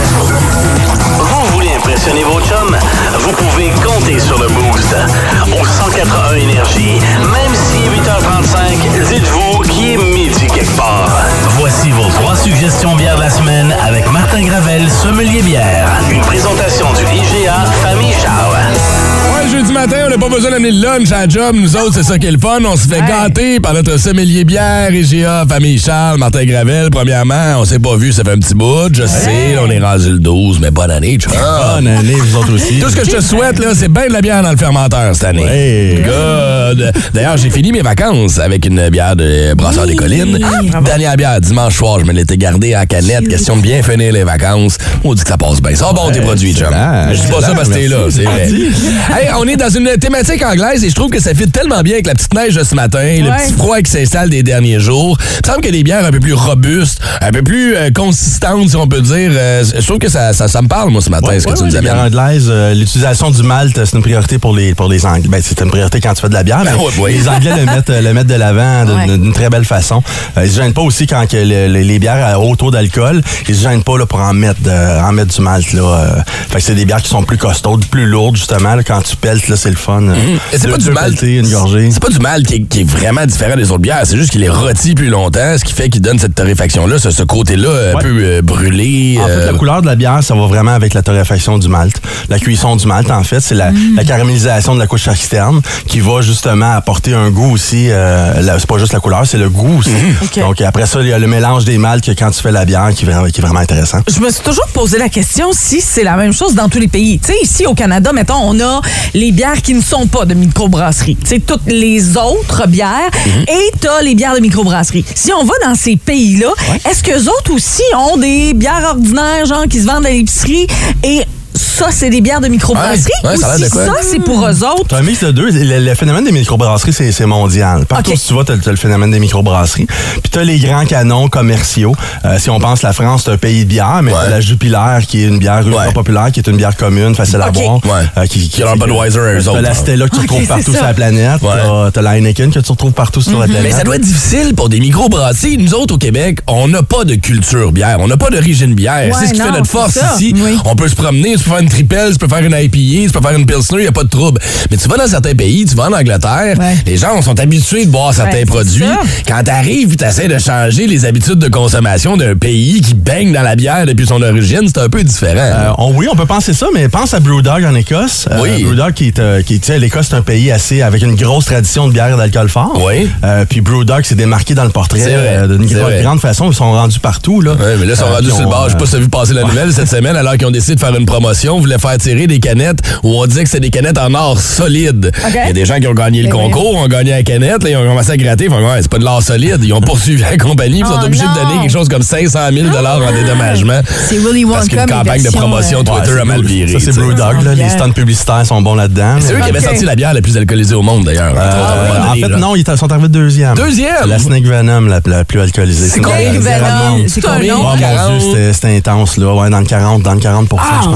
Vous voulez impressionner vos chums? Vous pouvez compter sur le Boost. Au 181 Énergie, même si 8h35, dites-vous qu'il est midi quelque part. Voici vos 3 suggestions bières de la semaine avec Martin Gravel, sommelier bière. Une présentation du IGA Famille Charles. Ouais, jeudi matin, on n'a pas besoin d'amener le lunch à la job. Nous autres, c'est ça qui est le fun. On se fait gâter par notre sommelier bière, IGA Famille Charles, Martin Gravel. Premièrement, on s'est pas vu, ça fait un petit bout. Je sais, on est rendu le 12, mais bonne année, Charles. Bonne année, vous autres aussi. Tout ce que je te souhaite, là, c'est bien de la bière dans le fermenteur cette année. Ouais. Good. D'ailleurs, j'ai fini mes vacances avec une bière de Brasseur des Collines. Dernière bière, dimanche soir, je me l'étais gardée en canette. Question de bien finir les vacances. On dit que ça passe bien. Ça bon, tes produits, chum. Je dis pas ça parce que t'es là, c'est vrai. Hey, on est dans une thématique anglaise et je trouve que ça fit tellement bien avec la petite neige de ce matin, le petit froid qui s'installe des derniers jours. Il me semble que des bières un peu plus robustes, un peu plus consistantes, si on peut dire. Je trouve que ça me parle, moi, ce matin, ce que tu nous amènes. Les bières anglaises, l'utilisation du malt, c'est une priorité pour les Anglais. Ben, c'est une priorité quand tu fais de la bière, mais les Anglais le mettent de l'avant d'une très belle façon. Ils se gênent pas aussi quand les bières à haut taux d'alcool, ils se gênent pas là, pour en mettre du malt. Là. Fait que c'est des bières qui sont plus costaudes, plus lourdes, justement. Là, quand tu peltes, là, c'est le fun. C'est pas du malt. C'est pas du malt qui est vraiment différent des autres bières. C'est juste qu'il est rôti plus longtemps, ce qui fait qu'il donne cette torréfaction-là, ce côté-là un peu brûlé. En fait, la couleur de la bière, ça va vraiment avec la torréfaction du malt. La cuisson du malt, en fait, c'est la caramélisation de la couche externe qui va justement apporter un goût aussi. C'est pas juste la couleur, c'est le goût aussi. Okay. Donc après ça, il y a le mélange des malts que quand tu fais la bière qui est vraiment intéressant. Je me suis toujours posé la question si c'est la même chose dans tous les pays. Tu sais, ici au Canada, mettons, on a les bières qui ne sont pas de microbrasserie. Tu sais, toutes les autres bières et t'as les bières de microbrasserie. Si on va dans ces pays-là, est-ce qu'eux autres aussi ont des bières ordinaires, genre, qui se vendent à l'épicerie et ça, c'est des bières de microbrasserie? Ou si ça, c'est pour eux autres? T'as un mix de deux. Le phénomène des microbrasseries, c'est mondial. Partout où tu vas, t'as le phénomène des microbrasseries. Puis t'as les grands canons commerciaux. Si on pense la France, c'est un pays de bière, mais t'as la Jupiler, qui est une bière ultra populaire, qui est une bière commune, facile à boire. Qui a un Budweiser à eux autres. T'as la Stella que tu retrouves partout sur la planète. T'as la Heineken que tu retrouves partout sur la planète. Mais ça doit être difficile pour des microbrasseries. Nous autres, au Québec, on n'a pas de culture bière. On n'a pas d'origine bière. C'est ce qui fait notre force ici. On peut se promener, se faire une tripelle, tu peux faire une IPA, tu peux faire une Pilsner, il n'y a pas de trouble. Mais tu vas dans certains pays, tu vas en Angleterre, les gens sont habitués de boire certains produits. Quand tu arrives, tu essaies de changer les habitudes de consommation d'un pays qui baigne dans la bière depuis son origine, c'est un peu différent. Oui, on peut penser ça, mais pense à Brewdog en Écosse. Brewdog tu sais, l'Écosse, c'est un pays assez avec une grosse tradition de bière et d'alcool fort. Puis Brewdog s'est démarqué dans le portrait d'une grande façon. Ils sont rendus partout. Là. Mais là, ils sont rendus sur le bord. Je sais pas si tu as vu passer la nouvelle cette semaine, alors qu'ils ont décidé de faire une promotion. Voulaient faire tirer des canettes où on disait que c'était des canettes en or solide. Il y a des gens qui ont gagné le concours, ont gagné la canette, là, ils ont commencé à gratter. Ils font, c'est pas de l'or solide. Ils ont poursuivi la compagnie, ils sont obligés de donner quelque chose comme 500 000 $ en dédommagement. C'est Willy Wonka. Parce qu'une campagne de promotion Twitter a mal viré. Ça, c'est Brewdog. Les stands publicitaires sont bons là-dedans. C'est eux qui avaient sorti la bière la plus alcoolisée au monde, d'ailleurs. En fait, non, ils sont arrivés deuxième. Deuxième? La Snake Venom, la plus alcoolisée. C'est combien? C'est combien? Oh mon Dieu, c'était intense, là. Ouais, dans le 40%, je pense.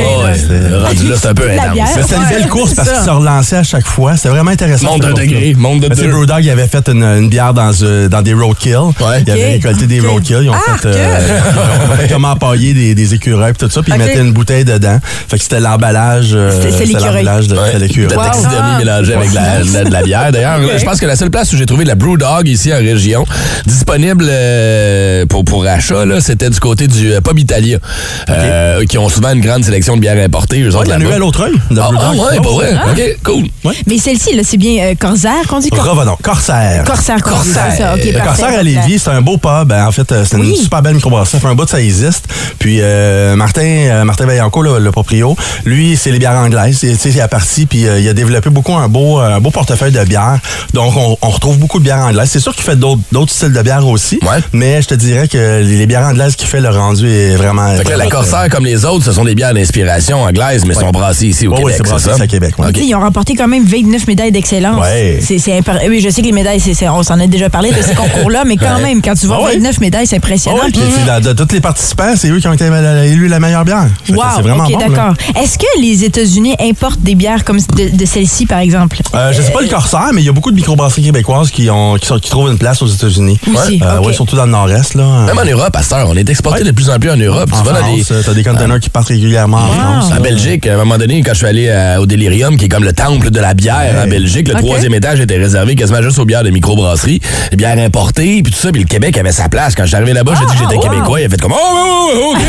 Rendu là, c'est un peu intense. C'était une belle course parce qu'il se relançait à chaque fois. C'était vraiment intéressant. Monde de degrés, monde de deux. Brewdog, il avait fait une bière dans des roadkill. Il avait récolté des roadkill. Ils ont fait comment empailler des écureuils et tout ça. Puis ils mettaient une bouteille dedans. Fait que c'était l'emballage. C'était l'écureuil. De l'écureuil. De la taxidermie mélangée avec de la bière. D'ailleurs, je pense que la seule place où j'ai trouvé de la Brewdog ici en région, disponible pour achat, là, c'était du côté du Pub Italia, qui ont souvent une grande sélection de bières importées. Eux autres, il y en a eu à l'Autreuil. Ouais, pas vrai. OK, cool. Mais celle-ci, là, c'est bien Corsair qu'on dit? Revenons. Corsair. Corsair. Corsair à Lévis, c'est un beau pub. En fait, c'est une super belle microbrasserie. Ça fait un bout de ça existe. Puis Martin Vaillancourt, le proprio, lui, c'est les bières anglaises. Il a parti, puis il a développé beaucoup un beau portefeuille de bières. Donc, on retrouve beaucoup de bières anglaises. C'est sûr qu'il fait d'autres styles de bières aussi, mais je te dirais que les bières anglaises qu'il fait, le rendu est vraiment... Fait que la Corsair, comme les autres, ce sont des bières d'inspiration anglaise, mais sont brassées ici au Québec. Oui, c'est brassé à Québec. Ils ont remporté quand même 29 médailles d'excellence. Oui, je sais que les médailles, on s'en a déjà parlé de ces concours-là, mais quand même, quand tu vois 29 médailles, c'est impressionnant. De tous les participants, c'est eux qui ont été élus la meilleure bière. Wow, c'est vraiment OK, bon, d'accord. Est-ce que les États-unis importent des bières comme de celle-ci, par exemple? Je sais pas le Corsair, mais il y a beaucoup de microbrasseries québécoises qui trouvent une place aux États-Unis. Aussi, surtout dans le Nord-Est. Là. Même en Europe, à cette heure, on est exporté de plus en plus en Europe. Tu as des containers qui partent régulièrement en France. En Belgique, à un moment donné, quand je suis allé au Delirium, qui est comme le temple de la bière en Belgique, le troisième étage était réservé quasiment juste aux bières de microbrasserie, les bières importées, puis tout ça, puis le Québec avait sa place. Quand je suis arrivé là-bas, j'ai dit que j'étais québécois, il a fait comme OK.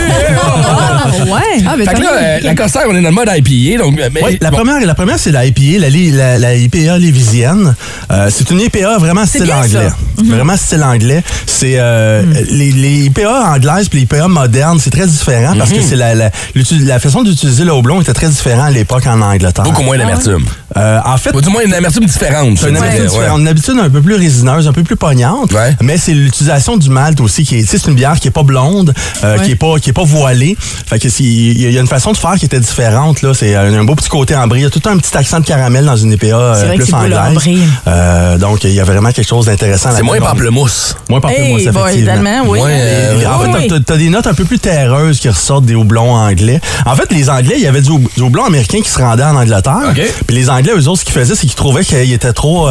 Fait que là, la Corsair, on est dans le mode IPA. Donc, la première, c'est la IPA, la IPA lévisienne. C'est une IPA vraiment style anglais. Vraiment style anglais. C'est les IPA anglaises et les IPA modernes, c'est très différent parce que c'est la façon d'utiliser le houblon était très différente à l'époque en Angleterre. Beaucoup moins d'amertume. En fait, ou du moins une amertume différente. C'est une amertume différente. Une habitude un peu plus résineuse, un peu plus pognante, mais c'est l'utilisation du malt aussi qui est, c'est une bière qui est pas blonde, qui est pas voilée. Fait que il y a une façon de faire qui était différente là. C'est un beau petit côté ambré. Il y a tout un petit accent de caramel dans une IPA plus anglaise. Donc il y a vraiment quelque chose d'intéressant. C'est moins pamplemousse. Moins pamplemousse, effectivement. En fait, t'as des notes un peu plus terreuses qui ressortent des houblons anglais. En fait, les Anglais, il y avait du houblon américain qui se rendait en Angleterre. Puis les Anglais, eux autres, ce qu'ils faisaient, c'est qu'ils trouvaient qu'il était trop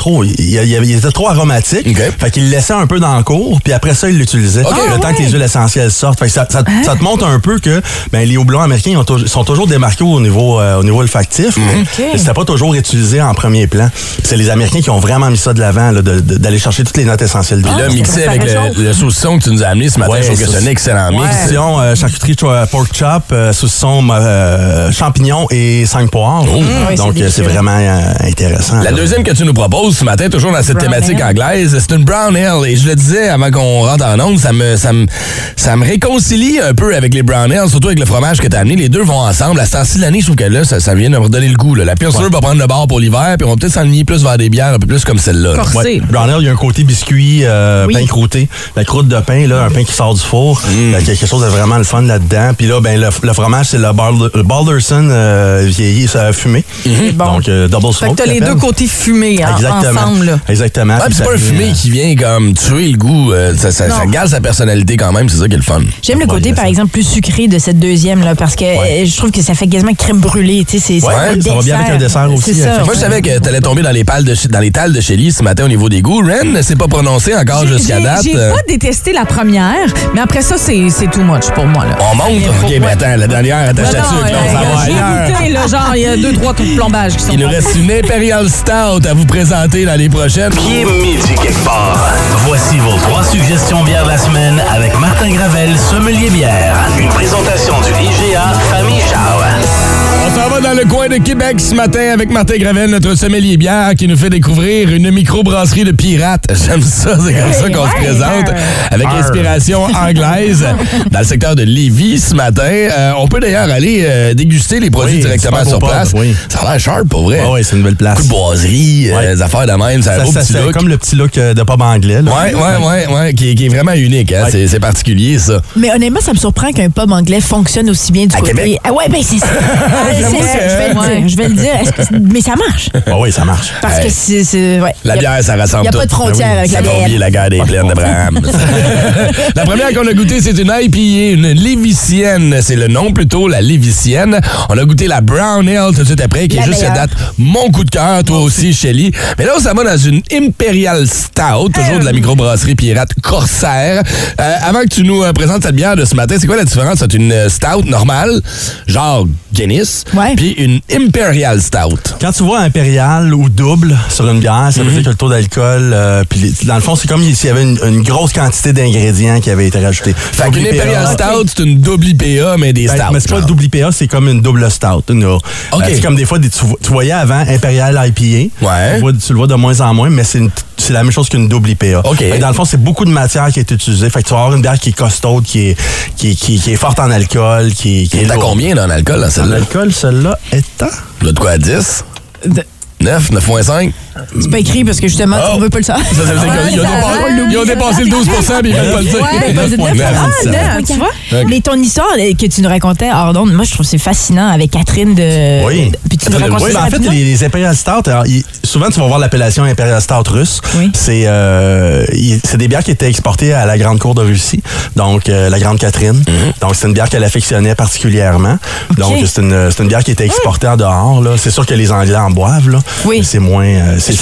aromatique. Fait qu'ils le laissaient un peu dans le cours, puis après ça, ils l'utilisaient. Le temps que les huiles essentielles sortent. Fait que ça te montre un peu que les houblons américains sont toujours démarqués au niveau olfactif. Mais c'était pas toujours utilisé en premier plan. Puis c'est les Américains qui ont vraiment mis ça de l'avant, d'aller chercher toutes les notes essentielles. Puis là, mixé avec le saucisson que tu nous as amené ce matin, je trouve que c'est un excellent mix. Saucisson, charcuterie pork chop, saucisson champignons et 5 poires. Donc, c'est vraiment intéressant. La deuxième que tu nous proposes ce matin, toujours dans cette thématique anglaise, c'est une brown ale. Et je le disais avant qu'on rentre en onde, ça me réconcilie un peu avec les brown ale, surtout avec le fromage que tu as amené. Les deux vont ensemble. À ce temps-ci de l'année, je trouve que là, ça vient de me redonner le goût. Là. La Pilsner va prendre le bord pour l'hiver, puis on va peut-être s'enligner plus vers des bières un peu plus comme celle-là. Brown ale, il y a un côté biscuit, pain croûté. La croûte de pain, là, un pain qui sort du four. Il y a quelque chose de vraiment le fun là-dedans. Puis là, le fromage, c'est le Balderson vieilli fumé. Donc, double smoke. Fait que t'as les deux côtés fumés ensemble. Là. Exactement. Ouais, c'est pas un fumé qui vient comme tuer le goût. Ça garde sa personnalité quand même. C'est ça qui est le fun. J'aime le côté, par exemple, plus sucré de cette deuxième, là, parce que je trouve que ça fait quasiment crème brûlée. Ça va bien avec un dessert aussi. Moi, je savais que t'allais tomber dans les talles de Shelly ce matin au niveau des goûts. Ren ne s'est pas prononcé encore jusqu'à date. J'ai pas détesté la première, mais après ça, c'est too much pour moi. Là. On monte? OK, mais attends, la dernière, attache là-dessus. J'ai goûté, là, genre, il y a 2-3 coups de plombage qui sont. Il nous reste une Imperial Stout à vous présenter dans les prochaines. Pied midi quelque part. Voici vos 3 suggestions bières de la semaine avec Martin Gravel, sommelier bière. Une présentation du IGA Famille Charles. On s'en va dans le coin de Québec ce matin avec Martin Gravel, notre sommelier bière, qui nous fait découvrir une microbrasserie de pirates. J'aime ça, c'est comme ça qu'on se présente, avec l'inspiration anglaise dans le secteur de Lévis ce matin. On peut d'ailleurs aller déguster les produits directement sur place. Ça a l'air sharp, pour vrai. Oui, c'est une belle place. Beaucoup de boiserie, des affaires de même, ça a un beau petit look. Comme le petit look de pub anglais. Oui, qui est vraiment unique. Hein? C'est particulier, ça. Mais honnêtement, ça me surprend qu'un pub anglais fonctionne aussi bien du côté... Québec? Ah ouais, ben c'est ça. Je vais le dire. Mais ça marche. Oui, ça marche. Parce que c'est. Ouais. La bière, ça rassemble tout. Il n'y a pas de frontière avec la bière. Ça va oublier la guerre des plaines d'Abraham. La première qu'on a goûtée, c'est une IPA, une Lévicienne. C'est le nom plutôt, la Lévicienne. On a goûté la Brown Ale tout de suite après, qui est juste à date mon coup de cœur, toi aussi, Shelly. Mais là, ça va dans une Imperial Stout, toujours de la microbrasserie Pirate Corsair. Avant que tu nous présentes cette bière de ce matin, c'est quoi la différence entre une Stout normale, genre Guinness, puis une Imperial Stout? Quand tu vois Imperial ou double sur une bière, ça veut dire que le taux d'alcool, puis dans le fond, c'est comme s'il y avait une grosse quantité d'ingrédients qui avaient été rajoutés. Fait qu'une Imperial Stout, c'est une double IPA, mais des stouts. Mais c'est pas une double IPA, c'est comme une double Stout. C'est comme des fois, tu voyais avant Imperial IPA. Tu le vois de moins en moins, mais c'est la même chose qu'une double IPA. Dans le fond, c'est beaucoup de matière qui est utilisée. Fait que tu vas avoir une bière qui est costaude, qui est forte en alcool, qui est à combien dans l'alcool, dans celle-là? L'alcool, celle-là, est à... De quoi, 10? 9, 9,5? C'est pas écrit parce que justement, on veut pas le savoir. Ça veut dire qu'ils ont dépassé le 12 puis ils veulent pas le dire. Tu vois? Mais ton histoire que tu nous racontais hors d'onde, moi, je trouve que c'est fascinant avec Catherine de... Oui. Puis tu nous racontes ça. En fait, les Imperial Stout, souvent, tu vas voir l'appellation Imperial Stout russe. C'est des bières qui étaient exportées à la Grande Cour de Russie, donc la Grande Catherine. Donc, c'est une bière qu'elle affectionnait particulièrement. Donc, c'est une bière qui était exportée en dehors. C'est sûr que les Anglais en boivent, là. Oui. C'est moins... C'est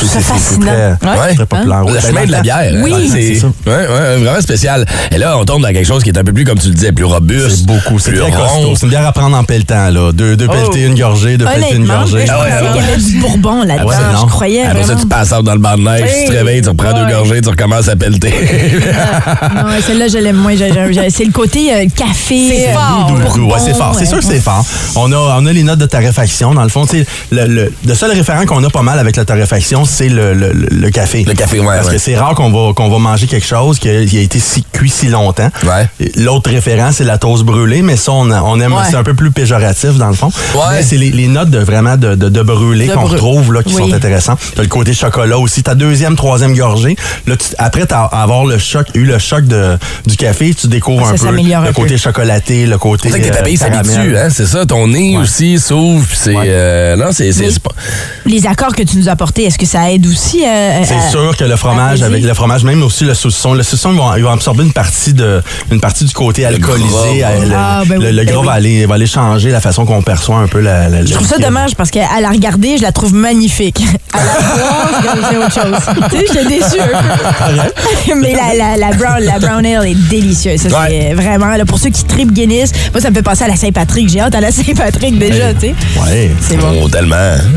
très populaire. Le chemin de la bière. Oui. C'est vraiment spécial. Et là, on tombe dans quelque chose qui est un peu plus, comme tu le disais, plus robuste. C'est beaucoup. C'est très costaud. C'est une bière à prendre en pelletant, là. Deux pelletés, une gorgée, deux pelletés, une gorgée. Je pensais qu'il y avait du bourbon là-dedans. Je croyais. Après ça, tu passes dans le bar de neige, tu te réveilles, tu reprends deux gorgées, tu recommences à pelleter. Non, celle-là, je l'aime moins. C'est le côté café. C'est fort. Oui, c'est fort. C'est sûr que c'est fort. On a les notes de torréfaction. Dans le fond, le seul référent qu'on a pas mal avec la torréfaction, c'est le café. Le café, Parce que c'est rare qu'on va manger quelque chose qui a été cuit si longtemps. L'autre référent, c'est la toast brûlée, mais ça, on aime, c'est un peu plus péjoratif dans le fond. Mais c'est les notes de brûlé qu'on retrouve là, qui sont intéressantes. T'as le côté chocolat aussi. Ta deuxième, troisième gorgée. Là, après avoir eu le choc du café, tu découvres un peu le côté chocolaté, le côté. C'est que tes papilles s'habituent, hein? C'est ça, ton nez aussi s'ouvre. Non, c'est pas. Les accords que tu nous as apportés, est-ce que ça aide aussi c'est sûr que le fromage, avec le fromage, même aussi le saucisson. Le saucisson, il va absorber une partie du côté alcoolisé. Le gras va aller changer la façon qu'on perçoit un peu la Je trouve ça dommage parce qu'à la regarder, je la trouve magnifique. À la voir, c'est autre chose. Tu sais, j'étais déçue un peu. Mais la brown ale est délicieuse. Ça, c'est vraiment, là, pour ceux qui tripent Guinness, moi, ça me fait penser à la Saint-Patrick. J'ai hâte à la Saint-Patrick déjà, tu sais. Oui. C'est bon. Tellement.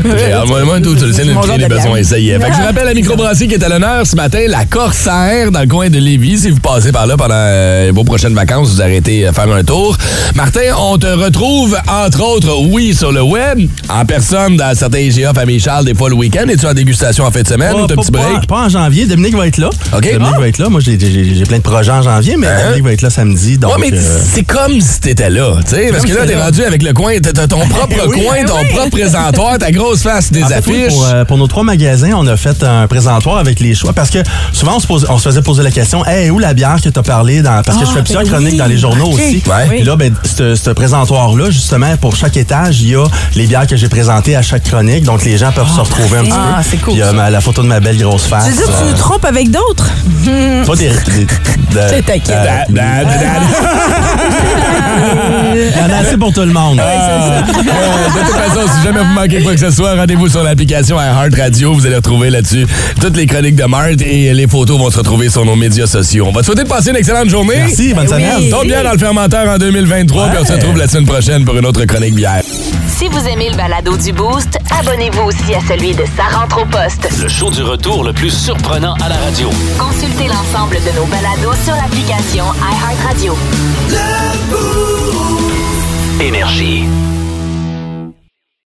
Moi, tout, tu le sais, les besoins essayés. Fait que je rappelle la microbrasserie qui est à l'honneur ce matin, la Corsair, dans le coin de Lévis. Si vous passez par là pendant vos prochaines vacances, vous arrêtez faire un tour. Martin, on te retrouve, entre autres, sur le web, en personne dans certains IGA Famille Charles, des fois le week-end. Es-tu en dégustation en fin de semaine ou t'as un petit break? Pas en janvier. Dominique va être là. Dominique va être là. Moi, j'ai plein de projets en janvier, mais Dominique va être là samedi. Donc, mais c'est comme si t'étais là, tu sais, parce que là, t'es rendu avec le coin, t'as ton propre coin, ton propre présentoir, ta grosse face des affiches. Pour nos 3 magasins, on a fait un présentoir avec les choix parce que souvent, on se faisait poser la question, hey, où la bière que t'as parlé parce que je fais plusieurs chroniques dans les journaux aussi. Et là, ce présentoir-là, justement, pour chaque étage, il y a les bières que j'ai présentées à chaque chronique. Donc, les gens peuvent se retrouver un petit peu. C'est cool. Il y a la photo de ma belle grosse face. Tu veux dire que tu nous trompes avec d'autres? Pas des... C'est t'inquiète. Il y en a assez pour tout le monde. De toute façon, si jamais vous manquez quoi que ce soit, rendez-vous sur l'application iHeart Radio. Vous allez retrouver là-dessus toutes les chroniques de Marthe et les photos vont se retrouver sur nos médias sociaux. On va te souhaiter de passer une excellente journée. Merci, bonne semaine. Tombe bien dans le fermenteur en 2023, puis on se retrouve la semaine prochaine pour une autre chronique bière. Si vous aimez le balado du Boost, abonnez-vous aussi à celui de Sa rentre au poste. Le show du retour le plus surprenant à la radio. Consultez l'ensemble de nos balados sur l'application iHeartRadio. Énergie.